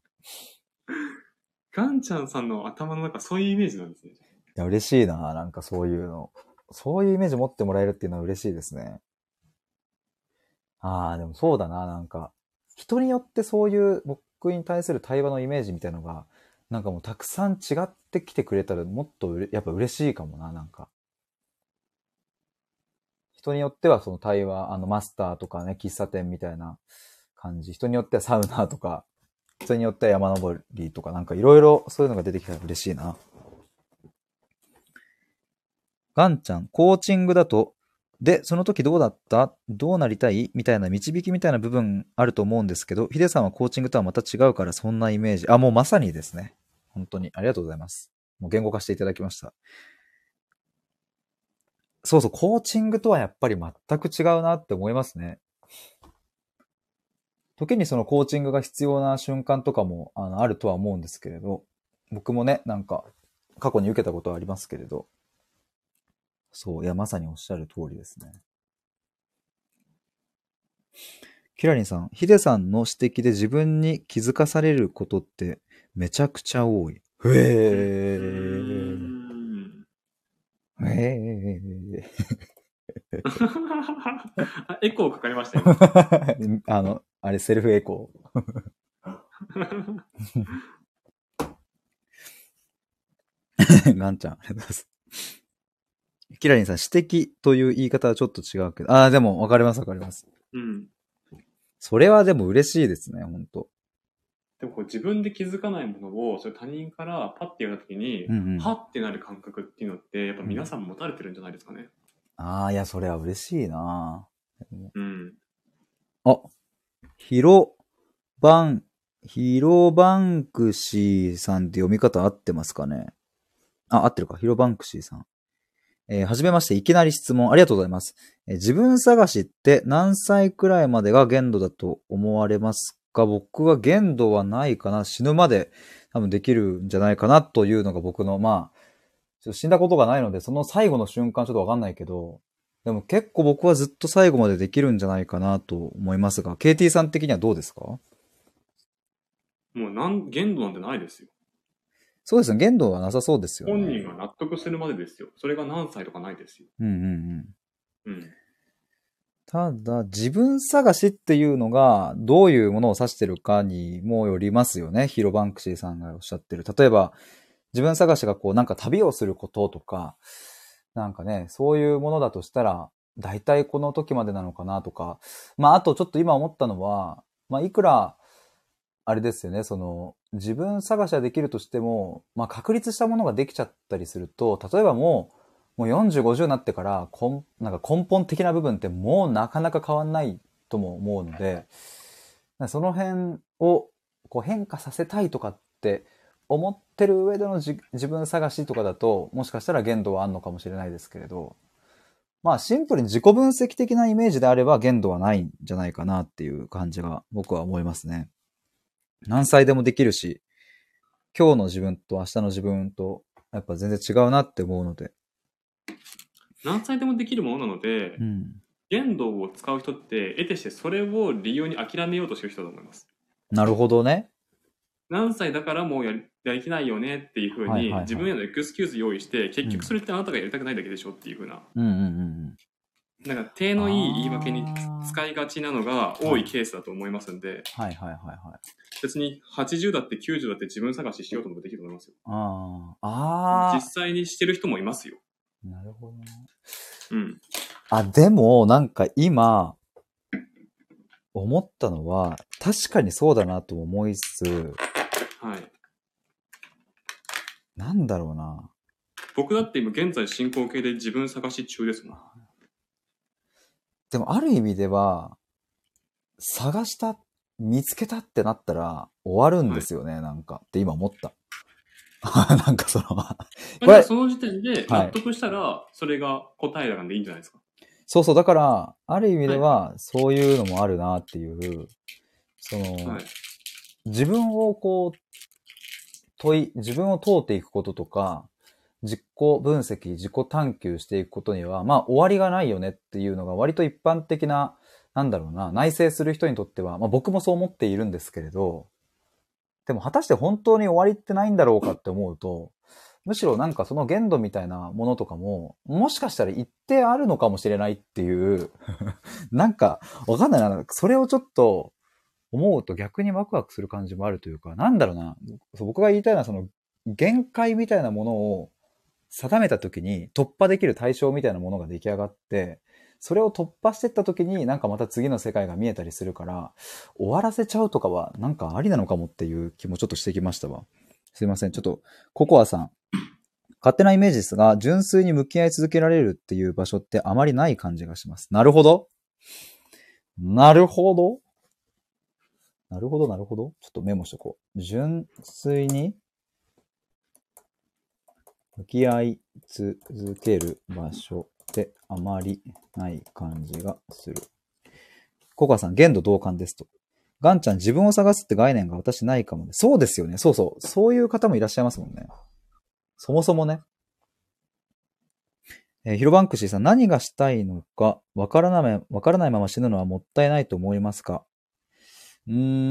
ガンちゃんさんの頭の中、そういうイメージなんですね。いや、嬉しいな。なんかそういうの。そういうイメージ持ってもらえるっていうのは嬉しいですね。ああ、でもそうだな。なんか、人によってそういう僕に対する対話のイメージみたいなのが、なんかもうたくさん違ってきてくれたらもっとやっぱ嬉しいかもな、なんか。人によってはその対話、あのマスターとかね、喫茶店みたいな感じ。人によってはサウナとか、人によっては山登りとか、なんかいろいろそういうのが出てきたら嬉しいな。ガンちゃん、コーチングだとで、その時どうだったどうなりたいみたいな導きみたいな部分あると思うんですけど、ヒデさんはコーチングとはまた違うからそんなイメージ。あ、もうまさにですね。本当に。ありがとうございます。もう言語化していただきました。そうそう、コーチングとはやっぱり全く違うなって思いますね。時にそのコーチングが必要な瞬間とかもあのあるとは思うんですけれど、僕もね、なんか過去に受けたことはありますけれど、そう、いや、まさにおっしゃる通りですね。キラリンさん、ヒデさんの指摘で自分に気づかされることってめちゃくちゃ多い。へうえ。 ーん。 へえ。 あ、エコーかかりました、今。 あの、あれ、セルフエコー。ガンちゃん、ありがとうございます。キラリンさん、指摘という言い方はちょっと違うけど、ああ、でも、わかります、わかります。 うん。 それはでも嬉しいですね、本当。 でもこう自分で気づかないものをそれ他人からパッて言われた時に、 うんうん。 はってなる感覚っていうのってやっぱ皆さん持たれてるんじゃないですかね。 ああ、いや、それは嬉しいな。 うん。 あ、ヒロバン、ヒロバンクシーさんって読み方合ってますかね。あ、合ってるか。ヒロバンクシーさん。えーはじめまして、いきなり質問ありがとうございます。えー自分探しって何歳くらいまでが限度だと思われますか？僕は限度はないかな。死ぬまで多分できるんじゃないかなというのが僕の、まあ、ちょっと死んだことがないので、その最後の瞬間ちょっとわかんないけど、でも結構僕はずっと最後までできるんじゃないかなと思いますが、ケーティー さん的にはどうですか？ もうなん限度なんてないですよ。 そうですね。限度はなさそうですよね。 本人が納得するまでですよ。それが何歳とかないですよ。 うんうんうん。 うん。 ただ、自分探しっていうのが、どういうものを指してるかにもよりますよね。ヒロバンクシーさんがおっしゃってる。例えば、自分探しがこう、なんか旅をすることとか、なんかね、そういうものだとしたら、大体この時までなのかなとか。まあ、あとちょっと今思ったのは、まあ、いくら、あれですよね、その、自分探しはできるとしても、まあ、確立したものができちゃったりすると、例えばもう、もうよんじゅう、ごじゅうになってから、こん、なんか根本的な部分ってもうなかなか変わんないとも思うので、その辺をこう変化させたいとかって思ってる上でのじ自分探しとかだと、もしかしたら限度はあるのかもしれないですけれど、まあシンプルに自己分析的なイメージであれば限度はないんじゃないかなっていう感じが僕は思いますね。何歳でもできるし、今日の自分と明日の自分とやっぱ全然違うなって思うので。 何歳でもできるものなので、 うん。 限度を使う人って得てしてそれを理由に諦めようとしてる人だと思います。 なるほどね。 何歳だからもうやりやりきないよねっていうふうにはいはいはい。 自分へのエクスキューズ用意して、結局それってあなたがやりたくないだけでしょっていうふうな、 うんうんうんうん。 なんか手のいい言い訳にあー使いがちなのが多いケースだと思いますんで、 はいはいはいはい。 別にはちじゅうだってきゅうじゅうだって自分探ししようともできると思いますよ。 ああ。あ実際にしてる人もいますよ。 あ。なるほどね。 うん。 あ、でも、なんか今、思ったのは、確かにそうだなとも思いつつ、 はい。 なんだろうな。 僕だって今現在進行形で自分探し中ですもん。 でも、ある意味では、探した、見つけたってなったら、終わるんですよね、なんか。って今思った。なんかその、こじゃあれ、 その時点ではい。 納得したら、それが答えなんでいいんじゃないですか。 そうそう、だから、ある意味ではは、そういうのもあるなっていう、その、 はい。 自分をこう、問い、自分を問うていくこととか、自己分析、自己探求していくことには、まあ終わりがないよねっていうのが割と一般的な、なんだろうな、内省する人にとっては、まあ僕もそう思っているんですけれど、でも果たして本当に終わりってないんだろうかって思うと、むしろなんかその限度みたいなものとかも、もしかしたら一定あるのかもしれないっていう、なんかわかんないな、それをちょっと思うと逆にワクワクする感じもあるというか、なんだろうな、そう僕が言いたいのはその限界みたいなものを定めた時に突破できる対象みたいなものが出来上がって、それを突破していった時になんかまた次の世界が見えたりするから、終わらせちゃうとかはなんかありなのかもっていう気もちょっとしてきましたわ。すいません。ちょっと、ココアさん。 勝手なイメージですが、純粋に向き合い続けられるっていう場所ってあまりない感じがします。なるほど。なるほど。なるほど、なるほど。ちょっとメモしとこう。純粋に向き合い続ける場所ってあまりない感じがする。コカさん、限度同感ですと。ガンちゃん、自分を探すって概念が私ないかもね。そうですよね。そうそう。そういう方もいらっしゃいますもんね。そもそもね。えーヒロバンクシーさん、何がしたいのかわからない、わからないまま死ぬのはもったいないと思いますか？うー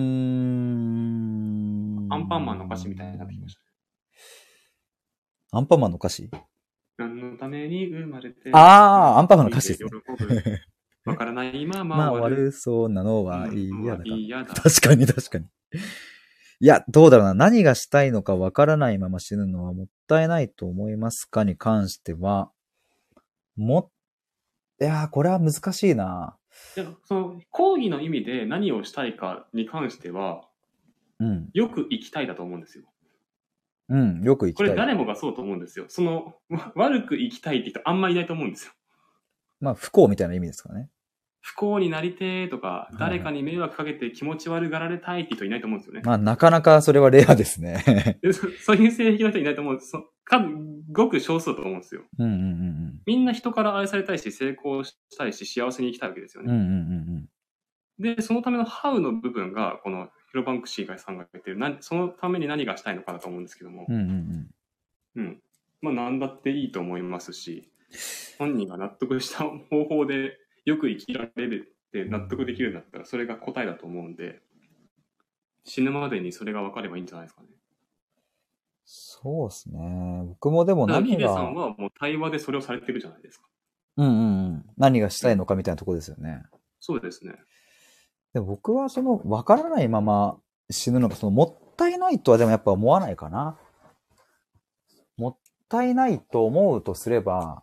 ん。 アンパンマンの歌詞みたいになってきました。 アンパンマンの歌詞？ 何のために生まれて。 ああ、アンパンマンの歌詞ですね。 わからないまままあ終わる。 悪そうなのは嫌だから。 嫌だ。 確かに確かに。いや、どうだろうな。何がしたいのかわからないまま死ぬのはもったいないと思いますかに関しては、も、いやー、これは難しいな。 いや、その、講義の意味で何をしたいかに関しては、 うん。 よく生きたいだと思うんですよ。 うん、よく生きこたい。 れ誰もがそうと思うんですよ。その、悪く生きたいって人あんまりいないと思うんですよ。 まあ、不幸みたいな意味ですかね。 不幸になりてーとか、 はいはい誰かに迷惑かけて気持ち悪がられたいって人いないと思うんですよね。 まあ、なかなかそれはレアですね。 でそそういう性癖の人いないと思うんです。そかごく少数だと思うんですよ。 うんうんうんみんな人から愛されたいし、成功したいし、幸せに生きたいわけですようん。うんね。 うんうんで、そのためのハウの部分が、このヒロバンクシーさんが言ってる、なそのために何がしたいのかだと思うんですけども、 うん。うんうんうん。まあ、何だっていいと思いますし、本人が納得した方法でよく生きられるって納得できるんだったら、それが答えだと思うんで、死ぬまでにそれが分かればいいんじゃないですかね。 そうですね。僕もでもだからヒ何が、 デさんはもう対話でそれをされてるじゃないですか。 うんうんうん。何がしたいのかみたいなところですよね。 そうですね。 でも僕はその分からないまま死ぬのがそのもったいないとはでもやっぱ思わないかな。もったいないと思うとすれば、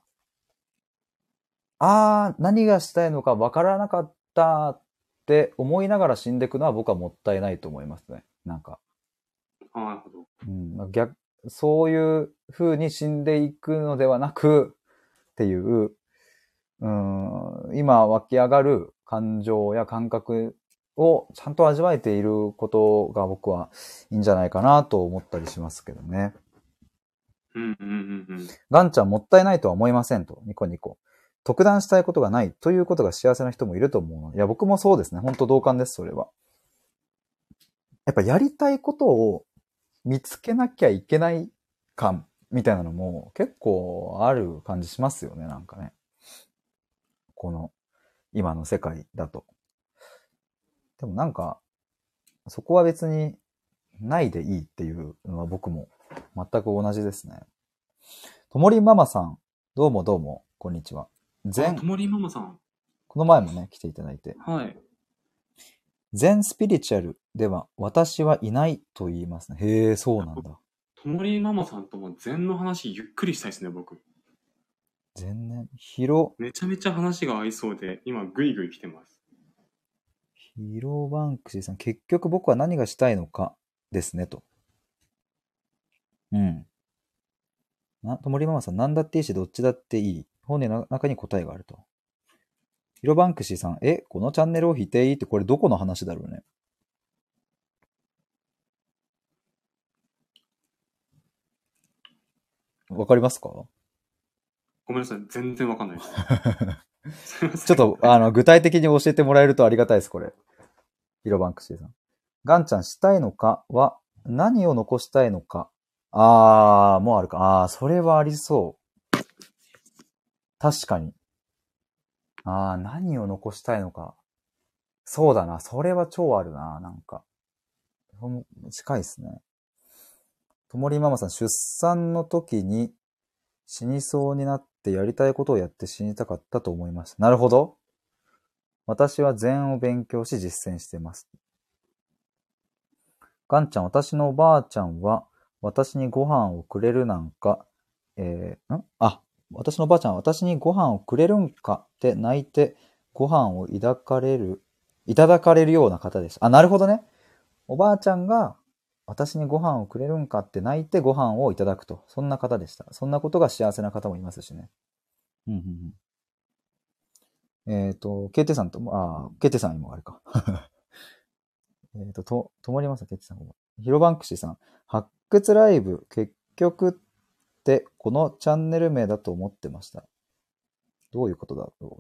あー、何がしたいのか分からなかったって思いながら死んでいくのは僕はもったいないと思いますね。なんか。 ああ、なるほど。 うん、逆、そういう風に死んでいくのではなくっていう、うん、今湧き上がる感情や感覚をちゃんと味わえていることが僕はいいんじゃないかなと思ったりしますけどね。 うんうんうんうん。 ガンちゃんもったいないとは思いませんと。ニコニコ。特段したいことがないということが幸せな人もいると思うの。いや、僕もそうですね。本当同感です、それは。やっぱやりたいことを見つけなきゃいけない感みたいなのも結構ある感じしますよね、なんかね。この今の世界だと。でもなんか、そこは別にないでいいっていうのは僕も全く同じですね。ともりママさん、どうもどうも、こんにちは。 あ、ともりママさん。 この前もね、来ていただいて。 はい。 全スピリチュアルでは私はいないと言いますね。へえ、そうなんだ。 ともりママさんとも禅の話ゆっくりしたいですね、僕。 全然、ヒロ、 めちゃめちゃ話が合いそうで、今グイグイ来てます。 ヒロバンクシーさん、結局僕は何がしたいのかですね、と。うん。な、ともりママさん、何だっていいし、どっちだっていい。本人の中に答えがあると。ヒロバンクシーさん、え、このチャンネルを否定ってこれどこの話だろうね。わかりますか？ ごめんなさい、全然わかんないです。すいません。 ちょっと、あの、具体的に教えてもらえるとありがたいです、これ。ヒロバンクシーさん。ガンちゃん、したいのかは、何を残したいのか。あー、もうあるか。あー、それはありそう。確かに。あー、何を残したいのか。そうだな。それは超あるな。なんか。近いですね。ともりママさん、出産の時に死にそうになってやりたいことをやって死にたかったと思いました。なるほど。私は禅を勉強し実践しています。ガンちゃん、私のおばあちゃんは私にご飯をくれるなんか、えー、んあ、私のおばあちゃんは私にご飯をくれるんかって泣いてご飯を抱かれる、いただかれるような方です。あ、なるほどね。おばあちゃんが私にご飯をくれるんかって泣いてご飯をいただくと。そんな方でした。そんなことが幸せな方もいますしね。うんうんうん、えっ、ー、と、ケイテさんとも、ああ、ケイテさんにもあれか。えっと、と、ともります、ケイテさん。ヒロバンクシーさん。発掘ライブ、結局ってこのチャンネル名だと思ってました。どういうことだろ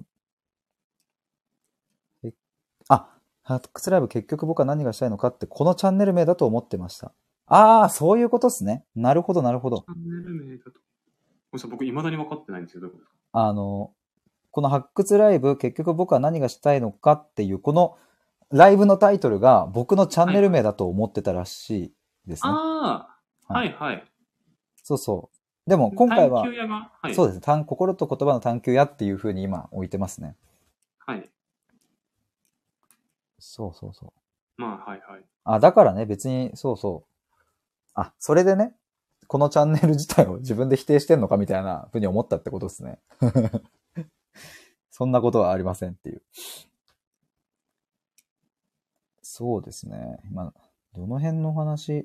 う。え、あ、発掘ライブ結局僕は何がしたいのかってこのチャンネル名だと思ってました。ああ、そういうことですね。なるほど、なるほど。 チャンネル名だと。僕、未だに分かってないんですよ。どういうことですか？ あの、この発掘ライブ、結局僕は何がしたいのかっていう、このライブのタイトルが僕のチャンネル名だと思ってたらしいですね。 ああ、 ははいいはい。 そうそう。でも今回は、 探求屋が、はい。 そうですね。探心と言葉の探求屋っていう風に今置いてますね。 はい。 そうそうそう。 まあ、はいはい。 あ、だからね、別に、そうそう。あ、それでね、このチャンネル自体を自分で否定してんのかみたいな風に思ったってことですね。そんなことはありませんっていう。そうですね。まあ、どの辺の話？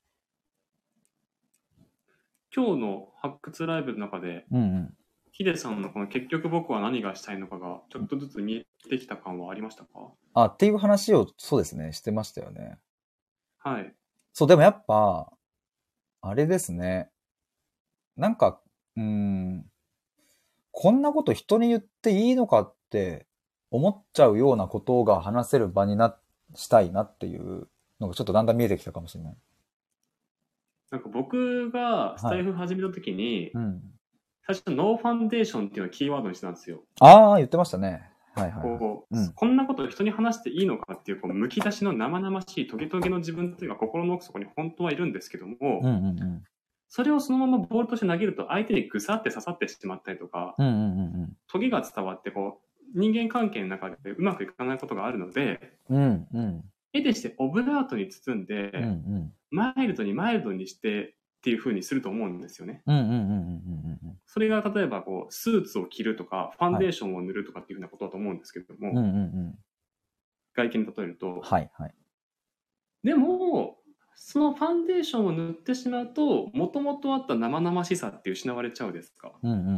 今日の発掘ライブの中で、 うんうん。 ヒデさんのこの結局僕は何がしたいのかがちょっとずつ見えてきた感はありましたか？ あ、っていう話を、そうですね、してましたよね。 はい。 そう、でもやっぱ、あれですね。なんか、うーん、こんなこと人に言っていいのかって思っちゃうようなことが話せる場にな、したいなっていうのがちょっとだんだん見えてきたかもしれない。 なんか僕がスはい。 タイフ始めた時に、 うん。 最初ノーファンデーションっていうのをキーワードにしてたんですよ。 ああ、言ってましたね。はいはいはい。 こう、 うん。 こんなこと人に話していいのかっていう、こう、むき出しの生々しいトゲトゲの自分というのは心の奥底に本当はいるんですけども、 うんうんうん。 それをそのままボールとして投げると相手にぐさって刺さってしまったりとか、 うんうんうんトゲが伝わってこう、人間関係の中でうまくいかないことがあるので、 うん。うんうん。 絵でしてオブラートに包んうんうで、 ん。 マイルドにマイルドにしてっていう風にすると思うんですよね。 うんうんうんうんうんうん。 それが例えばこう、スーツを着るとか、ファンはい。 デーションを塗るとかっていう風なことだと思うんですけれども、 うんうんうん。 外見に例えると。 はいはい。ででも、そのファンデーションを塗ってしまうと、もともとあった生々しさって失われちゃうですか。 うんうんうんうん。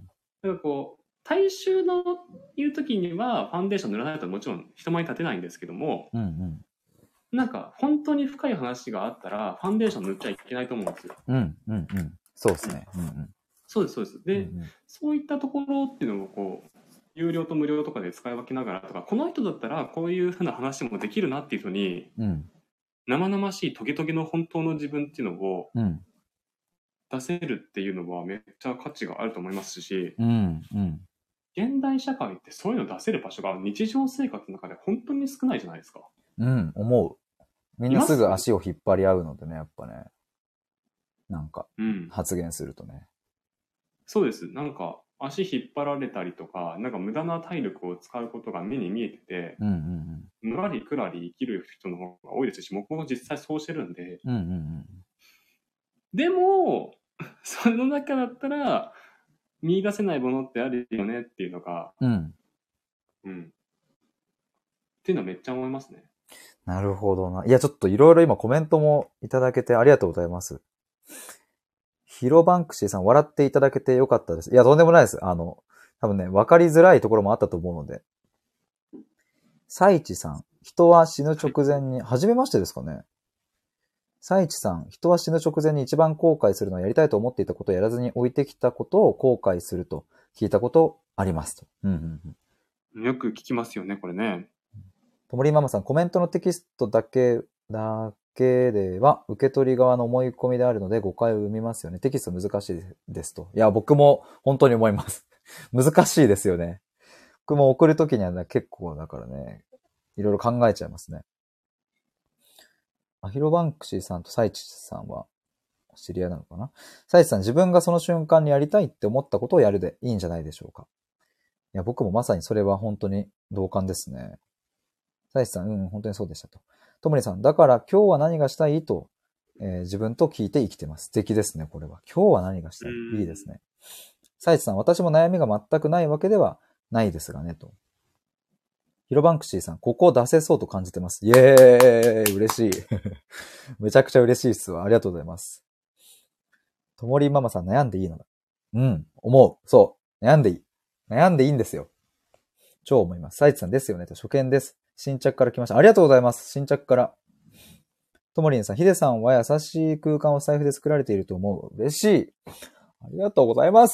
だからこう、大衆のいう時にはファンデーション塗らないともちろん人前に立てないんですけども、 うんうん。 なんか本当に深い話があったらファンデーション塗っちゃいけないと思うんですよ。 うんうんうん。そうですね。うんうん。 そうです、そうです。で、 うんうん。 そういったところっていうのをこう、有料と無料とかで使い分けながらとか、この人だったらこういうふうな話もできるなっていうふうに、 うん。 生々しいトゲトゲの本当の自分っていうのをうん。 出せるっていうのはめっちゃ価値があると思いますし、 うん。うん。 現代社会ってそういうの出せる場所が日常生活の中で本当に少ないじゃないですか。 うん、思う。みんなすいます。 ぐ足を引っ張り合うのでね、やっぱね。なんか、 うん。 発言するとね。 そうです。なんか足引っ張られたりとか、なんか無駄な体力を使うことが目に見えてて、 うんうんぬらりくらり生きる人の方が多いですし、僕も実際そうしてるんで、 うん。うんうんでも、その中だったら、見出せないものってあるよねっていうのが、 うん。うん。 うん。っていうのはめっちゃ思いますね。 なるほどな。いや、ちょっといろいろ今コメントもいただけてありがとうございます。ヒロバンクシーさん、笑っていただけてよかったです。いや、とんでもないです。あの、多分ね、わかりづらいところもあったと思うので。サイチさん、人は死ぬ直前に、初めましてですかね。サイチさん、人は死ぬ直前に一番後悔するのはやりたいと思っていたことをやらずに置いてきたことを後悔すると聞いたことありますと。うんうんうん。 よく聞きますよね、これね。 ともりママさん、コメントのテキストだけ、だけでは受け取り側の思い込みであるので誤解を生みますよね。テキスト難しいですと。いや、僕も本当に思います。難しいですよね。僕も送るときには、ね、結構だからね、いろいろ考えちゃいますね。アヒロバンクシーさんとサイチさんは知り合いなのかな。サイチさん、自分がその瞬間にやりたいって思ったことをやるでいいんじゃないでしょうか。いや、僕もまさにそれは本当に同感ですね。サイチさん、うん、本当にそうでしたと。ともりさん、だから今日は何がしたいと、えー、自分と聞いて生きてます。素敵ですね、これは。今日は何がしたいいいですね。サイチさん、私も悩みが全くないわけではないですがね、と。 ヒロバンクシーさん、ここを出せそうと感じてます。イエーイ嬉しい。めちゃくちゃ嬉しいっすわ。ありがとうございます。ともりんママさん、悩んでいいのだ。うん、思う。そう。悩んでいい。悩んでいいんですよ。超思います。サイツさんですよねと、初見です。新着から来ました。ありがとうございます。新着から。ともりんさん、ヒデさんは優しい空間を財布で作られていると思う。嬉しい。ありがとうございます。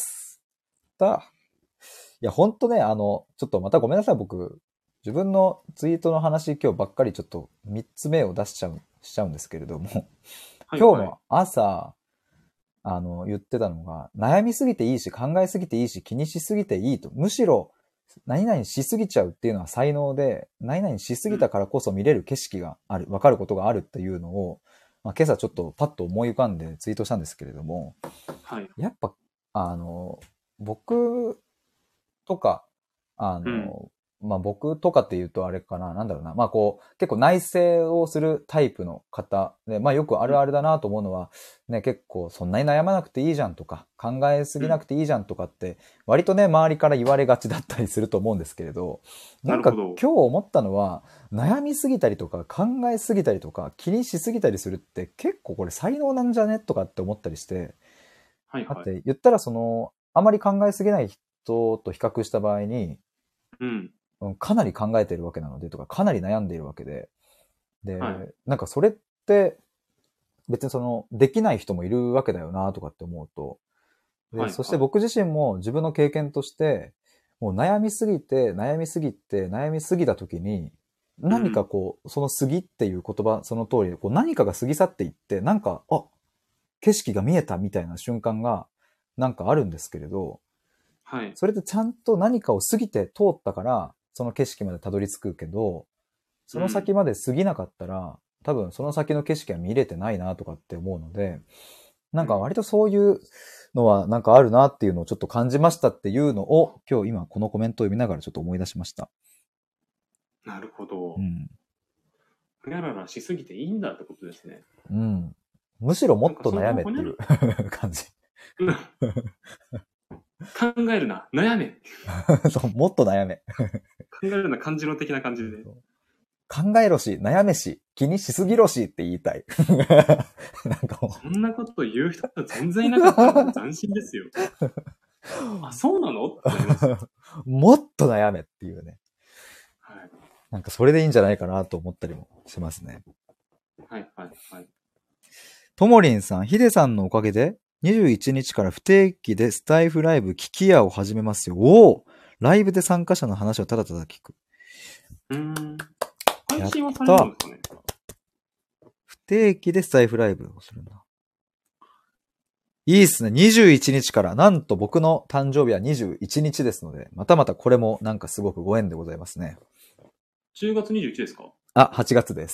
だ。いや、ほんとね、あの、ちょっとまたごめんなさい、僕。自分のツイートの話、今日ばっかりちょっとみっつめを出しちゃう、しちゃうんですけれども、 はいはい。 今日の朝、あの、言ってたのが、悩みすぎていいし、考えすぎていいし、気にしすぎていいと。むしろ、何々しすぎちゃうっていうのは才能で、何々しすぎたからこそ見れる景色がある、わかることがあるっていうのを、まあ、今朝ちょっとパッと思い浮かんでツイートしたんですけれども、 はい。 やっぱ、あの、僕とか、あの、 うんまあ、僕とかって言うとあれかな、なんだろうな。まあ、こう、結構内省をするタイプの方で、まあ、よくあるあるだなと思うのは、ね、結構そんなに悩まなくていいじゃんとか、考えすぎなくていいじゃんとかって、割とね、周りから言われがちだったりすると思うんですけれど、なんかなるほど。 今日思ったのは、悩みすぎたりとか、考えすぎたりとか、気にしすぎたりするって結構これ才能なんじゃねとかって思ったりして、だっはいはい。 て言ったらその、あまり考えすぎない人と比較した場合に、 うん。 うんかなり考えてるわけなのでとか、かなり悩んでいるわけで、 はい。 で、なんかそれって別にその、できない人もいるわけだよなとかって思うと、で、 はいそしてはい。 僕自身も自分の経験として、もう悩みすぎて、悩みすぎて、悩みすぎた時に、何かこう、その過ぎっていう言葉、その通りで、こう何かが過ぎ去っていって、なんか、あ、景色が見えたみたいな瞬間が、なんかあるんですけれど、 はい。 それってちゃんと何かを過ぎて通ったから、その景色までたどり着くけど、そのうん。 先まで過ぎなかったら、多分その先の景色は見れてないなとかって思うので、なんか割とそういうのはなんかあるなっていうのをちょっと感じましたっていうのを、今日今このコメントを読みながらちょっと思い出しました。 なるほど。 うん。 ほにゃららしすぎていいんだってことですね。 うん。むしろもなんかっとそのほにゃら、 悩めっていう感じ。 うん考えるな、悩め。 そう、もっと悩め。 考えるな、感じの的な感じで。 考えろし、悩めし、気にしすぎろしって言いたい。なんかもそんなこと言う人は全然いなかったら斬新ですよ。あ、そうなのってなりますよ。 う、もっと悩めっていうね。 はい。 なんかそれでいいんじゃないかなと思ったりもしますね。 はいはいはい。 ともりんさん、ヒデさんのおかげで、にじゅういちにちから不定期でスタイフライブ聞き屋を始めますよ。おおライブで参加者の話をただただ聞く。 うーん。 やっ配信はされるたんですかね？ 不定期でスタイフライブをするんだ。いいっすね。にじゅういちにちから。なんと僕の誕生日はにじゅういちにちですので、またまたこれもなんかすごくご縁でございますね。 じゅうがつにじゅういちですか？ あ、はちがつです。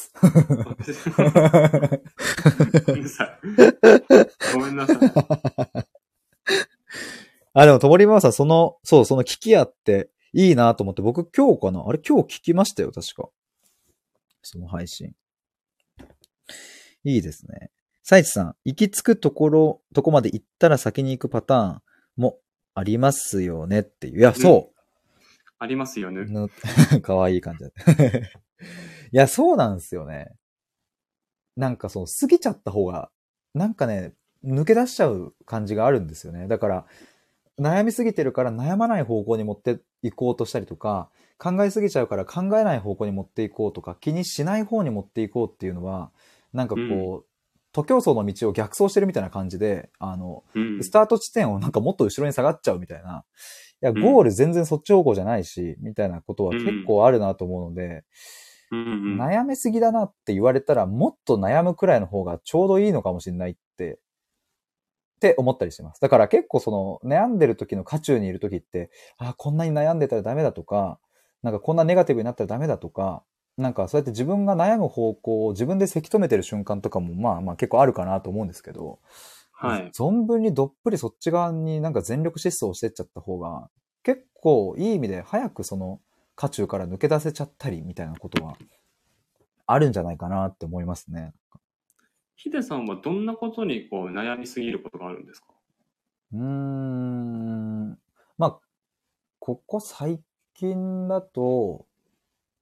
ごめんなさい。ごめんなさい。 あ、でも、ともりまさん、その、そう、その聞き屋っていいなと思って、僕今日かなあれ今日聞きましたよ、確か。その配信。いいですね。サイチさん、行き着くところ、とこまで行ったら先に行くパターンもありますよねっていう。いや、そう。 ありますよね。 ぬかわいい感じだった。いや、そうなんですよね。なんかそう、過ぎちゃった方が、なんかね、抜け出しちゃう感じがあるんですよね。だから、悩みすぎてるから悩まない方向に持っていこうとしたりとか、考えすぎちゃうから考えない方向に持っていこうとか、気にしない方に持っていこうっていうのは、なんかうん。 こう、徒競走の道を逆走してるみたいな感じで、あの、 うん。 スタート地点をなんかもっと後ろに下がっちゃうみたいな。いや、 うん。 ゴール全然そっち方向じゃないし、みたいなことは結うん。 構あるなと思うので、 うん。うん。 悩みすぎだなって言われたら、もっと悩むくらいの方がちょうどいいのかもしれないってって思ったりしてます。だから結構その悩んでる時の渦中にいる時って、あ、こんなに悩んでたらダメだとか、なんかこんなネガティブになったらダメだとか、なんかそうやって自分が悩む方向を自分でせき止めてる瞬間とかもまあまあ結構あるかなと思うんですけど、 はい。 存分にどっぷりそっち側になんか全力疾走してっちゃった方が、結構いい意味で早くその渦中から抜け出せちゃったりみたいなことはあるんじゃないかなって思いますね。 ヒデさんはどんなことにこう悩みすぎることがあるんですか？ うーん。まあ、ここ最近だと、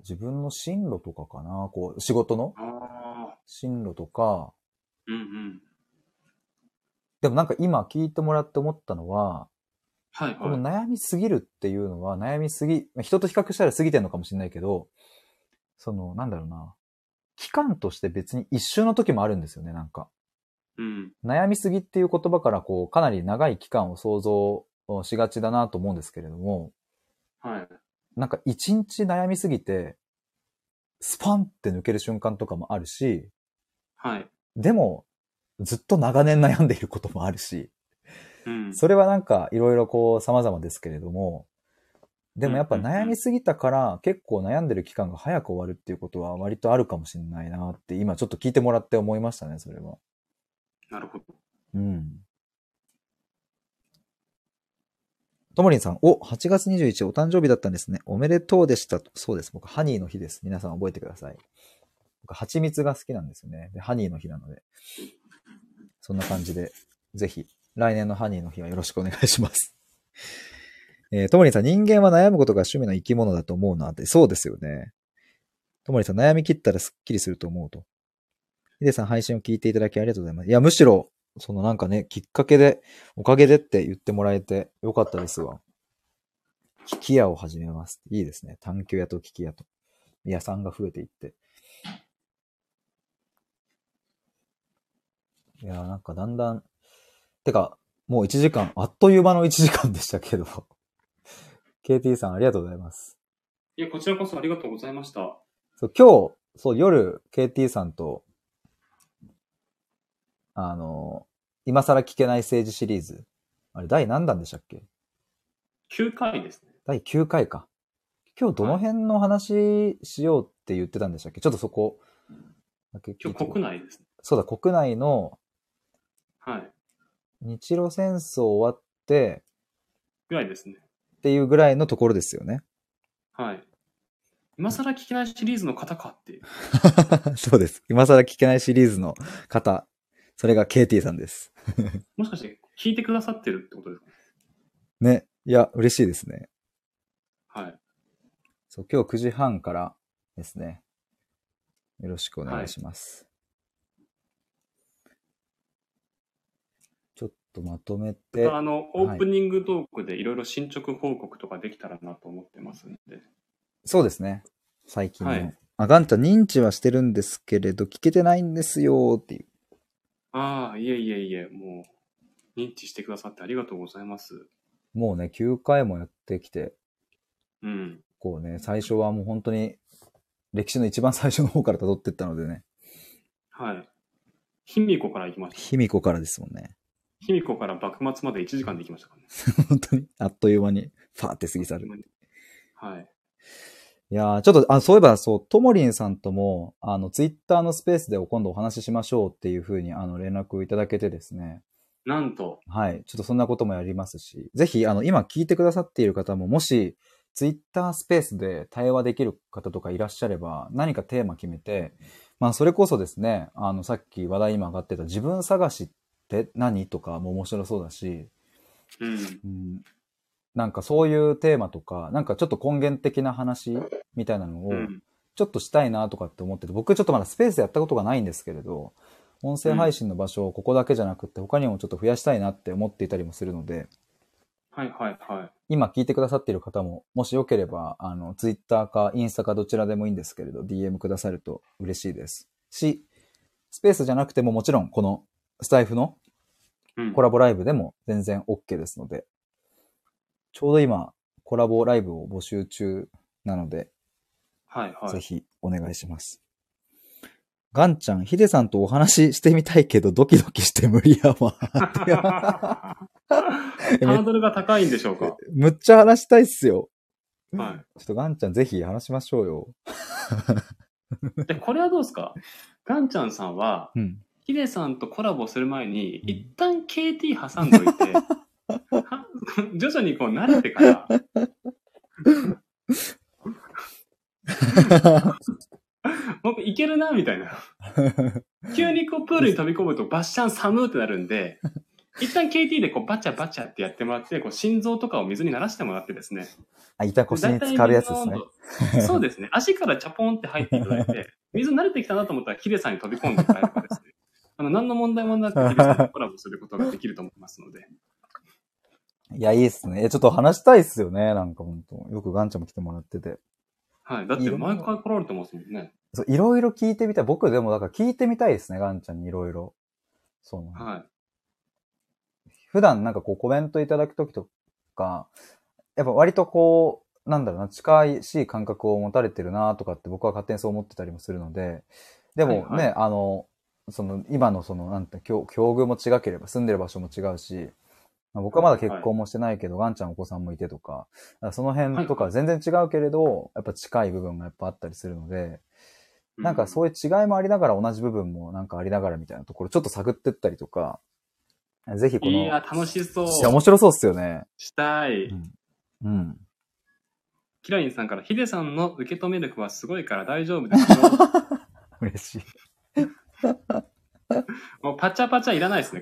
自分の進路とかかな、こう、仕事のああ。 進路とか、 うんうん。 でもなんか今聞いてもらって思ったのは、このはいはい。 悩みすぎるっていうのは、悩みすぎ、人と比較したら過ぎてんのかもしれないけど、その、なんだろうな、期間として別に一瞬の時もあるんですよね、なんか。 うん。 悩みすぎっていう言葉からこう、かなり長い期間を想像しがちだなと思うんですけれども、 はい。 なんか一日悩みすぎて、スパンって抜ける瞬間とかもあるし、 はい。 でも、ずっと長年悩んでいることもあるし、 うん。 それはなんかいろいろこう様々ですけれども、でもやっぱ悩みすぎたから結構悩んでる期間が早く終わるっていうことは割とあるかもしれないなって今ちょっと聞いてもらって思いましたね、それは。 なるほど。 うん。ともりんさん、お、はちがつにじゅういちお誕生日だったんですね。おめでとうでした。そうです。僕、ハニーの日です。皆さん覚えてください。僕、蜂蜜が好きなんですよね。で、ハニーの日なので。そんな感じで、ぜひ、来年のハニーの日はよろしくお願いします。えー、ともりんさん、人間は悩むことが趣味の生き物だと思うなって、そうですよね。ともりんさん、悩み切ったらスッキリすると思うと。ヒデさん、配信を聞いていただきありがとうございます。いや、むしろ、そのなんかね、きっかけで、おかげでって言ってもらえてよかったですわ。聞き屋を始めます。いいですね。探求屋と聞き屋と。屋さんが増えていって。いやーなんかだんだん、てか、もういちじかん、あっという間のいちじかんでしたけど。ケーティー さんありがとうございます。 いや、こちらこそありがとうございました。 そう、今日、そう、夜、ケーティー さんと、あの、今更聞けない政治シリーズ。あれ、第何弾でしたっけ？ きゅうかいですね。 だいきゅうかいか。今日どの辺の話しようって言ってたんでしたっけ？ちょっとそこだけ聞いて。 今日国内ですね。 そうだ、国内のはい。 日露戦争終わって、 ぐらいですね。 っていうぐらいのところですよね。 はい。今更聞けないシリーズの方かっていう。 そうです。今更聞けないシリーズの方。それが ケーティー さんです。 もしかして聞いてくださってるってことですか？ ね。いや、嬉しいですね。 はい。 そう、今日くじはんからですね。よろしくお願いします。はい、ちょっとまとめて。 あの、オープニングトークでいろいろ進捗報告とかできたらなと思ってますんで。 そうですね。最近の。 はい、 あ、ガンちゃん認知はしてるんですけれど、聞けてないんですよっていう。 ああ、いえいえいえ、もう、認知してくださってありがとうございます。 もうね、きゅうかいもやってきて。 うん。 こうね、最初はもう本当に、歴史の一番最初の方から辿ってったのでね。 はい。卑弥呼から行きました。 卑弥呼からですもんね。 卑弥呼から幕末までいちじかんで行きましたからね。本当に、あっという間に、ファーって過ぎ去る。 はい。 いやー、ちょっと、あ、そういえば、そう、ともりんさんとも、あの、ツイッターのスペースで今度お話ししましょうっていうふうに、あの、連絡をいただけてですね。 なんと。 はい。ちょっとそんなこともやりますし、ぜひ、あの、今聞いてくださっている方も、もし、ツイッタースペースで対話できる方とかいらっしゃれば、何かテーマ決めて、まあ、それこそですね、あの、さっき話題今上がってた自分探しって何とかも面白そうだし、 うん。 うん、なんかそういうテーマとか、なんかちょっと根源的な話みたいなのを、ちょっとしたいなとかって思ってて、僕ちょっとまだスペースやったことがないんですけれど、音声配信の場所をここだけじゃなくって他にもちょっと増やしたいなって思っていたりもするので、 はいはいはい。 今聞いてくださっている方も、もしよければ、あの、ツイッターかインスタかどちらでもいいんですけれど、ディーエム くださると嬉しいです。し、スペースじゃなくてももちろんこのスタイフのコラボライブでも全然 OK ですので、うん、ちょうど今、コラボライブを募集中なので、 はいはい。ぜひお願いします。ガンちゃん、ヒデさんとお話ししてみたいけど、ドキドキして無理やわ。 ハードルが高いんでしょうか？ むっちゃ話したいっすよ。 はい。 ちょっとガンちゃんぜひ話しましょうよ。 で、これはどうですか？ガンちゃんさんは、 うん、 ヒデさんとコラボする前に、うん、一旦 ケーティー 挟んどいて、徐々にこう慣れてから、僕いけるなみたいな。急にこうプールに飛び込むとバッシャン寒ってなるんで、 一旦 ケーティー でこうバチャバチャってやってもらって、こう心臓とかを水に慣らしてもらってですね。 あ、板腰に浸かるやつですね。 そうですね。足からチャポンって入っていただいて、水慣れてきたなと思ったらヒデさんに飛び込んでいただいてですね。あの、何の問題もなくヒデさんとコラボすることができると思いますので。 いや、いいっすね。え、ちょっと話したいっすよね。なんか本当よくガンちゃんも来てもらってて。 はい。だって毎回来られてますもんね。 そう、いろいろ聞いてみたい。僕でもだから聞いてみたいですね。ガンちゃんにいろいろ。そう。 はい。 普段なんかこうコメントいただくときとか、やっぱ割とこう、なんだろうな、近しい感覚を持たれてるなとかって僕は勝手にそう思ってたりもするので、でもね、はいはい、あの、その今のその、なんて、境遇も違ければ、住んでる場所も違うし、まあ、僕はまだ結婚もしてないけど、はいはい、ガンちゃんお子さんもいてとか、その辺とか全然違うけれど、はいはい、やっぱ近い部分がやっぱあったりするので、なんかそういう違いもありながら同じ部分もなんかありながらみたいなところちょっと探ってったりとか、ぜひこの。 いや、楽しそう。いや、面白そうっすよね。 したい。 うん。うん。 キラリンさんから、ヒデさんの受け止め力はすごいから大丈夫ですよ。 嬉しい。 もうパチャパチャいらないですね。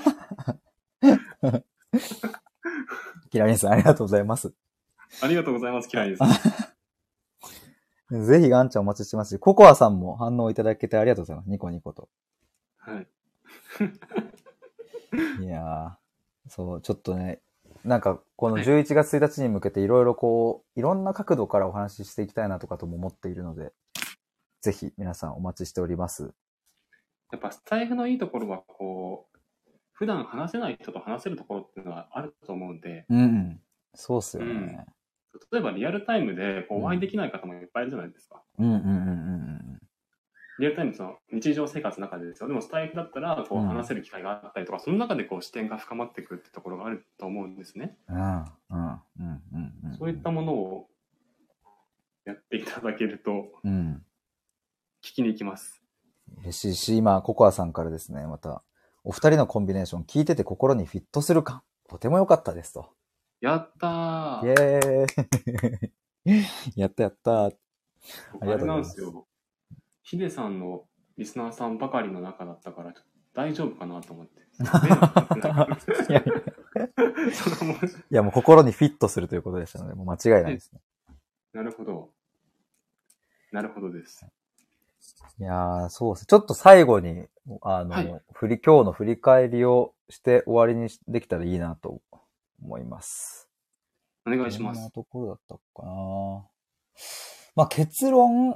キラリンさん、ありがとうございます。 ありがとうございます、キラリンさん。ぜひガンちゃんお待ちしてますし、ココアさんも反応いただけてありがとうございます。ニコニコと。 はい。 いやー、そう、ちょっとね、なんかこのじゅういちがつついたちに向けていろいろこう、いろんな角度からお話ししていきたいなとかとも思っているので、ぜひ皆さんお待ちしております。 やっぱスタイフのいいところはこう、普段話せない人と話せるところっていうのはあると思うんで。 うん、うん。そうっすよね。 うん例えばリアルタイムでこうお会いできない方もいっぱいいるじゃないですか。 うんうんうんうんうん。 リアルタイムその日常生活の中でですよ。でもスタイフだったらこう話せる機会があったりとか、うん、その中でこう視点が深まっていくってところがあると思うんですね。 うんうんうんうんうん。 そういったものをやっていただけると、うん、聞きに行きます。 嬉しいし、今ココアさんからですね、またお二人のコンビネーション聞いてて心にフィットする感、とても良かったですと。 やったー。 イェーイやったやったー。ありがとうございます。ヒデさんのリスナーさんばかりの中だったから大丈夫かなと思って。 いやいやもう心にフィットするということでしたので、もう間違いないですね。 なるほど。なるほどです。 いやー、そうです。ちょっと最後に、あの、はい、振り、今日の振り返りをして終わりにできたらいいなと思います。 お願いします。 どんなところだったかな。まあ、結論、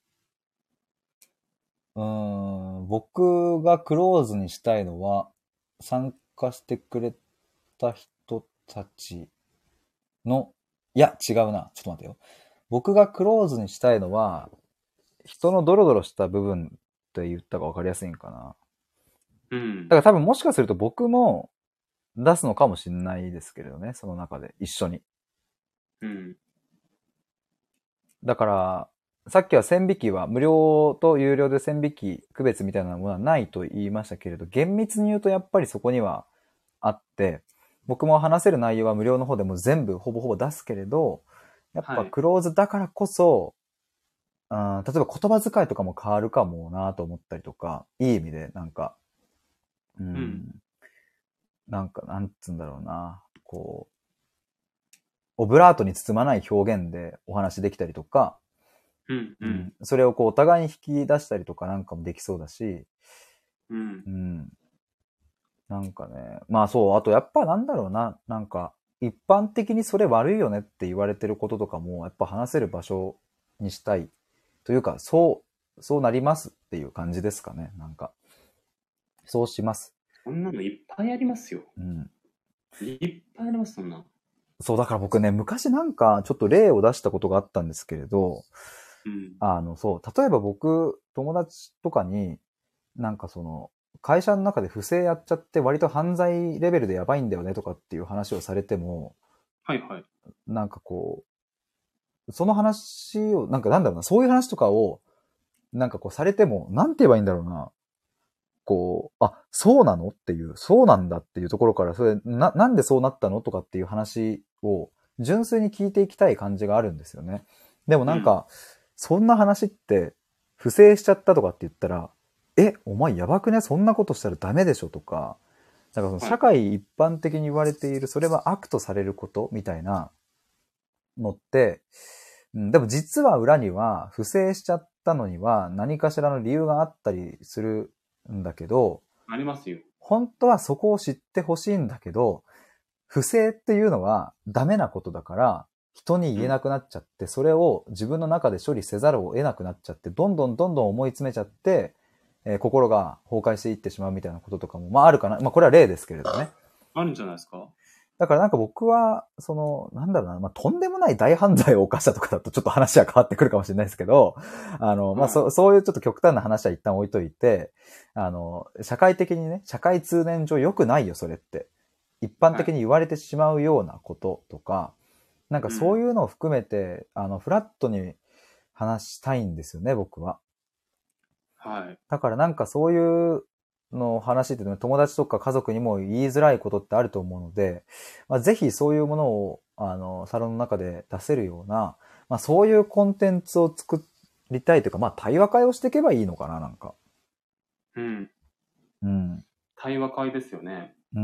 うーん、僕がクローズにしたいのは、参加してくれた人たちの、いや、違うな。ちょっと待ってよ。僕がクローズにしたいのは、人のドロドロした部分って言ったか分かりやすいんかな。 うん。 だから多分もしかすると僕も出すのかもしれないですけれどね、その中で一緒に。 うん。 だから、さっきは線引きは無料と有料で線引き、区別みたいなものはないと言いましたけれど、厳密に言うとやっぱりそこにはあって、僕も話せる内容は無料の方でも全部ほぼほぼ出すけれど、やっぱクローズだからこそ、はい、例えば言葉遣いとかも変わるかもなと思ったりとか、いい意味でなんか、うん、うん、なんかなんつうんだろうな、こう、オブラートに包まない表現でお話できたりとか、 うんうんうん、 それをこうお互いに引き出したりとかなんかもできそうだし、 うん、 うん、なんかね、まあそう、あとやっぱなんだろうな、なんか一般的にそれ悪いよねって言われてることとかもやっぱ話せる場所にしたいというか、そうそうなりますっていう感じですかね、なんかそうします。 そんなのいっぱいありますよ。 うん、 いっぱいありますそんな。 そうだから僕ね、昔なんかちょっと例を出したことがあったんですけれど、 うん、 あの、そう、例えば僕、友達とかに、なんかその、会社の中で不正やっちゃって割と犯罪レベルでやばいんだよねとかっていう話をされても、 はいはい。 なんかこう、その話を、なんかなんだろうな、そういう話とかを、なんかこうされても、なんて言えばいいんだろうな、こう、あ、そうなのっていう、そうなんだっていうところから、それ、な、なんでそうなったのとかっていう話を、純粋に聞いていきたい感じがあるんですよね。でもなんか、うんそんな話って、不正しちゃったとかって言ったら、え、お前やばくねそんなことしたらダメでしょとか、 だからそのはい社会一般的に言われている、それは悪とされることみたいなのって、うん、でも実は裏には不正しちゃったのには何かしらの理由があったりするんだけど、 ありますよ。 本当はそこを知ってほしいんだけど、不正っていうのはダメなことだから、人に言えなくなっちゃって、それを自分の中で処理せざるを得なくなっちゃって、どんどんどんどん思い詰めちゃって、えー心が崩壊していってしまうみたいなこととかも、まああるかな。まあこれは例ですけれどね。 あるんじゃないですか。 だからなんか僕は、その、なんだろうな、まあ、とんでもない大犯罪を犯したとかだとちょっと話は変わってくるかもしれないですけど、あの、まあ、そ、そういうちょっと極端な話は一旦置いといて、あの、社会的にね、社会通念上良くないよ、それって。一般的に言われてしまうようなこととか、なんかそういうのを含めて、あの、フラットに話したいんですよね、僕は。 はい。 だからなんかそういうの話って友達とか家族にも言いづらいことってあると思うので、まあ、ぜひそういうものをあのサロンの中で出せるような、まあ、そういうコンテンツを作りたいというか、まあ対話会をしていけばいいのかな、なんか。 うん。 うん。 対話会ですよね。 うん。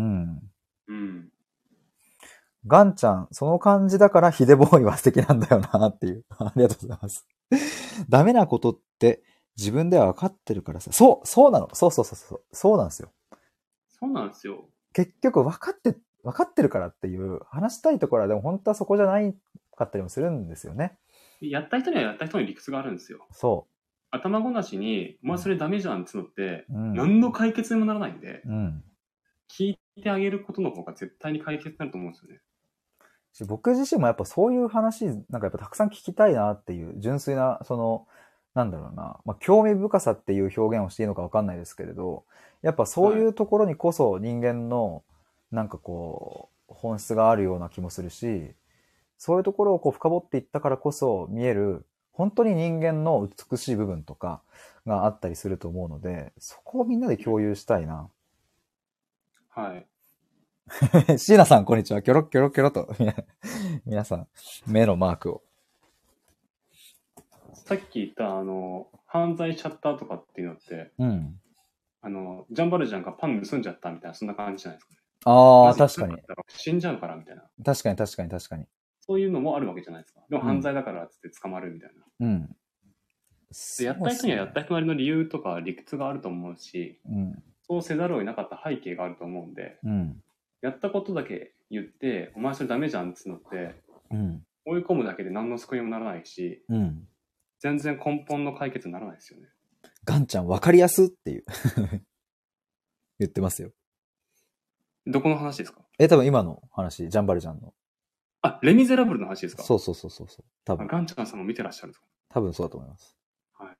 うん。 ガンちゃん、その感じだからヒデボーイは素敵なんだよなっていう。ありがとうございます。ダメなことって自分では分かってるからさ。そう、そうなの。そうそうそうそう。そうなんですよ。 そうなんですよ。 結局分かって、分かってるからっていう話したいところはでも本当はそこじゃないかったりもするんですよね。 やった人にはやった人に理屈があるんですよ。 そ頭ごなしに、お前それダメじゃんってのって、 う。うん。 何の解決にもならないんで、 うん。 聞いてあげることの方が絶対に解決になると思うんですよね。 し僕自身もやっぱそういう話、なんかやっぱたくさん聞きたいなっていう、純粋な、その、なんだろうな、まあ、興味深さっていう表現をしていいのかわかんないですけれど、やっぱそういうところにこそ人間の、なんかこう、本質があるような気もするし、そういうところをこう深掘っていったからこそ見える、本当に人間の美しい部分とかがあったりすると思うので、そこをみんなで共有したいな。 はい。 椎名さん、こんにちは。キョロキョロキョロと、皆さん、目のマークを。 さっき言ったあの犯罪シャッターとかっていうのって、 うん。 あのジャンバルジャンがパン盗んじゃったみたいな、そんな感じじゃないですかね。 ああ、 マジ確かに。 死んじゃうからみたいな。 確かに確かに確かに。 そういうのもあるわけじゃないですか。でもうん犯罪だからっつって捕まるみたいな。 うん。 でやった人にはやった人なりの理由とか理屈があると思うし、 うん。 そうせざるを得なかった背景があると思うんで、 うん。 やったことだけ言って、お前それダメじゃんっつうのって、 うん。 追い込むだけで何の救いもならないし、 うん。 全然根本の解決にならないですよね。 ガンちゃん分かりやすっていう言ってますよ。 どこの話ですか？ え、多分今の話、ジャンバルジャンの。 あ、レ・ミゼラブルの話ですか？ そうそうそうそうそう。多分。 ガンちゃんさんも見てらっしゃるんですか？ 多分そうだと思います。 はい。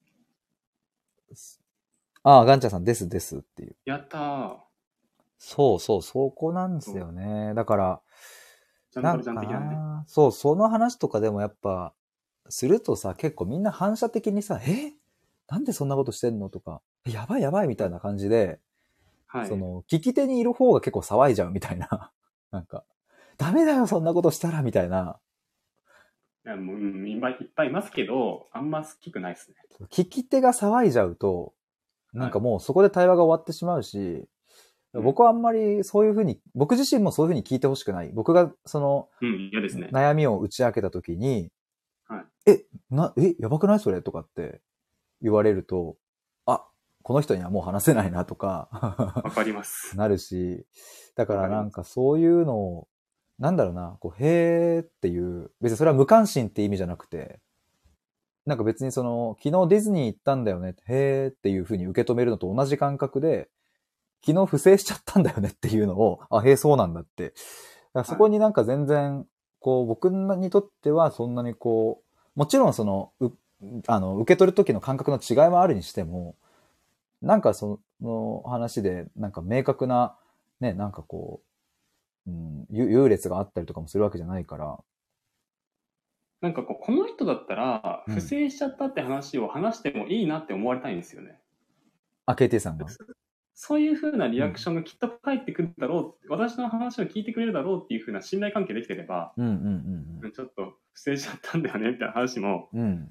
ああ、ガンちゃんさんですですっていう。 やったー。 そうそう、そこなんですよね。だから、 ジャンバルジャなんかン的なんで。 な、そう、その話とかでもやっぱ、するとさ、結構みんな反射的にさ、えなんでそんなことしてんのとか、やばいやばいみたいな感じで、 はい。 その、聞き手にいる方が結構騒いじゃうみたいな。なんか、ダメだよ、そんなことしたら、みたいな。 いやもう、うん、いっぱいいっぱいいますけど、あんま好きくないですね。 聞き手が騒いじゃうと、なんかもうそこで対話が終わってしまうし、 はい、 僕はあんまりそういうふうに、僕自身もそういうふうに聞いてほしくない。僕がその、 うん、嫌ですね。 悩みを打ち明けたときに、 はい、 え、な、え、やばくないそれとかって言われると、あ、この人にはもう話せないなとか、 わかります。 なるし、だからなんかそういうのを、なんだろうな、こう、へーっていう、別にそれは無関心って意味じゃなくて、なんか別にその、昨日ディズニー行ったんだよね、へーっていう風に受け止めるのと同じ感覚で、昨日不正しちゃったんだよねっていうのを、あ、へーそうなんだって。だからそこになんか全然、こう、僕にとってはそんなにこう、もちろんその、うあの、受け取る時の感覚の違いもあるにしても、なんかその話で、なんか明確な、ね、なんかこう、うん、優劣があったりとかもするわけじゃないから。 なんかこう、この人だったら、不正しちゃったって話を話してもいいなって思われたいんですよね。 うん、あ、ケーティー さんが。 そういう風なリアクションがきっと返ってくるだろう、うん、私の話を聞いてくれるだろうっていう風な信頼関係できてれば、 うんうんうんうん、 ちょっと不正しちゃったんだよねみたいな話も、 うん、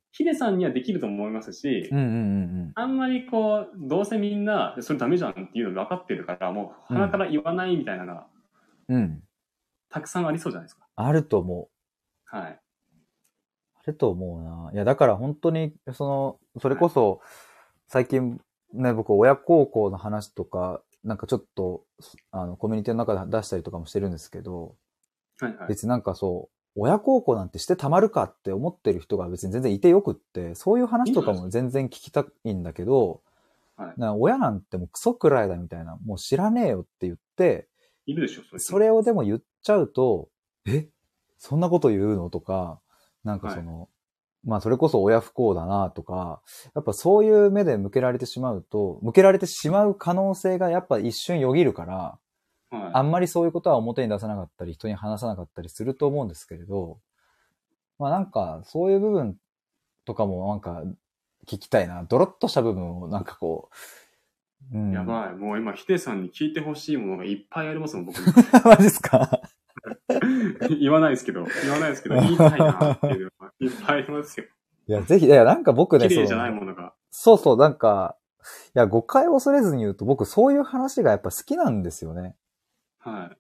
ヒデさんにはできると思いますし、 うんうんうんあんまりこう、どうせみんな、それダメじゃんっていうの分かってるから、もう鼻から言わないみたいなのが、 うん。うん。 たくさんありそうじゃないですか。 あると思う。 はい。 あると思うな。いや、だから本当に、その、それこそ、最近ね、僕、親孝行の話とか、なんかちょっと、あの、コミュニティの中で出したりとかもしてるんですけど、 はいはい。 別になんかそう、親孝行なんてしてたまるかって思ってる人が別に全然いてよくって、そういう話とかも全然聞きたいんだけど、 はい。 な親なんてもうクソくらいだみたいな、もう知らねえよって言って、 いるでしょ、そういう人それをでも言っちゃうと、えそんなこと言うのとか、なんかはい。 その、まあそれこそ親不孝だなとか、やっぱそういう目で向けられてしまうと、向けられてしまう可能性がやっぱ一瞬よぎるから、 はい。 あんまりそういうことは表に出さなかったり、人に話さなかったりすると思うんですけれど、まあなんかそういう部分とかもなんか聞きたいな。ドロッとした部分をなんかこう、うん。 やばい。もう今、ヒデさんに聞いてほしいものがいっぱいありますもん、僕に。 マジっすか？ 言わないですけど、言わないですけど、言いたいなっていうのがいっぱいありますよ。 いや、ぜひ、いや、なんか僕ね、 綺麗じゃないその、 ものが。 そうそう、なんか、いや、誤解を恐れずに言うと、僕そういう話がやっぱ好きなんですよね。 はい。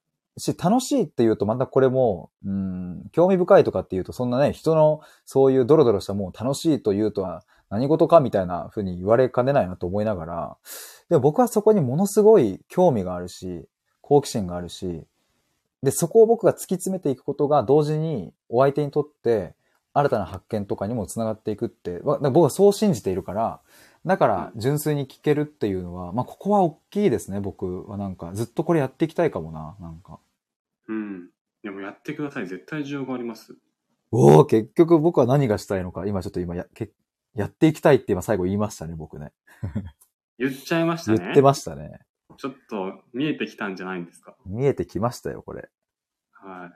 し、楽しいって言うとまたこれも、うん、興味深いとかって言うと、そんなね、人のそういうドロドロしたもう楽しいと言うとは何事かみたいな風に言われかねないなと思いながら、でも僕はそこにものすごい興味があるし、好奇心があるし、で、そこを僕が突き詰めていくことが同時にお相手にとって新たな発見とかにもつながっていくって、わ僕はそう信じているから、だからうん。 純粋に聞けるっていうのは、まあここは大きいですね、僕はなんか。ずっとこれやっていきたいかもな、なんか。 うん。でもやってください。絶対需要があります。 おお、結局僕は何がしたいのか、今ちょっと今や、けやっていきたいって今最後言いましたね、僕ね。 言っちゃいました言ってね。 ましたね。 ちょっと見えてきたんじゃないんですか。 見えてきましたよ、これ。 はい。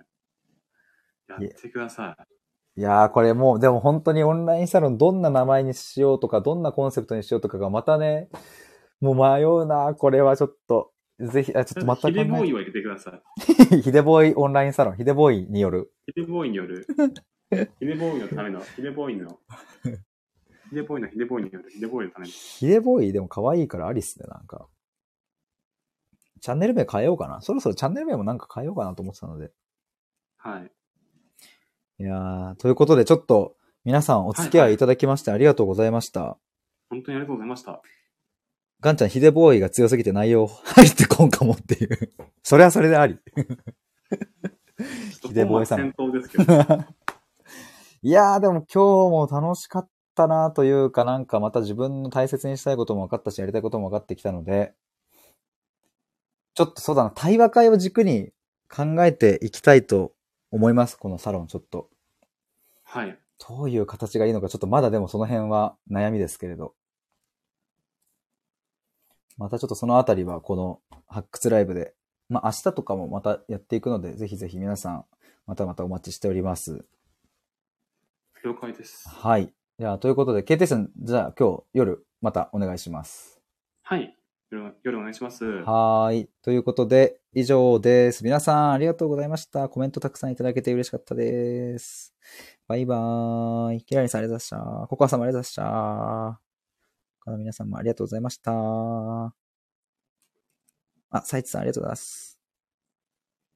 やいってください。 いやー、これもう、でも本当にオンラインサロンどんな名前にしようとか、どんなコンセプトにしようとかがまたね、もう迷うな、これはちょっと。ぜひ、あ、ちょっとまたヒデ考えて。 ボーイを入れてくださヒデボーイオンラインサロン、ヒデボーイによる。 い。ヒデボーイによる、ヒデボーイのための、ヒデボーイの、ヒデボーイのヒデボーイによる、ヒデボーイのための。 ヒデボーイでも可愛いからありっすね、なんか。チャンネル名変えようかな。そろそろチャンネル名もなんか変えようかなと思ってたので。 はい。 いやー、ということでちょっと皆さんお付き合いいただきましてありがとうございました。はいはい、 本当にありがとうございました。 ガンちゃん、ヒデボーイが強すぎて内容入ってこんかもっていう。それはそれであり。 ヒデボーイさん。戦闘ですけど。 いやー、でも今日も楽しかったなというか、なんかまた自分の大切にしたいことも分かったし、やりたいことも分かってきたので、ちょっとそうだな、対話会を軸に考えていきたいと思います、このサロンちょっと。 はい。 どういう形がいいのか、ちょっとまだでもその辺は悩みですけれど。またちょっとそのあたりはこの発掘ライブで、まあ明日とかもまたやっていくので、ぜひぜひ皆さん、またまたお待ちしております。 了解です。 はい。じゃあ、ということで、ケーティー さん、じゃあ今日夜またお願いします。 はい。夜、夜お願いします。 はーい。ということで、以上です。皆さん、ありがとうございました。コメントたくさんいただけて嬉しかったです。バイバーイ。キラリンさんありがとうございました。ココアさんもありがとうございました。他の皆さんもありがとうございました。あ、サイツさんありがとうございます。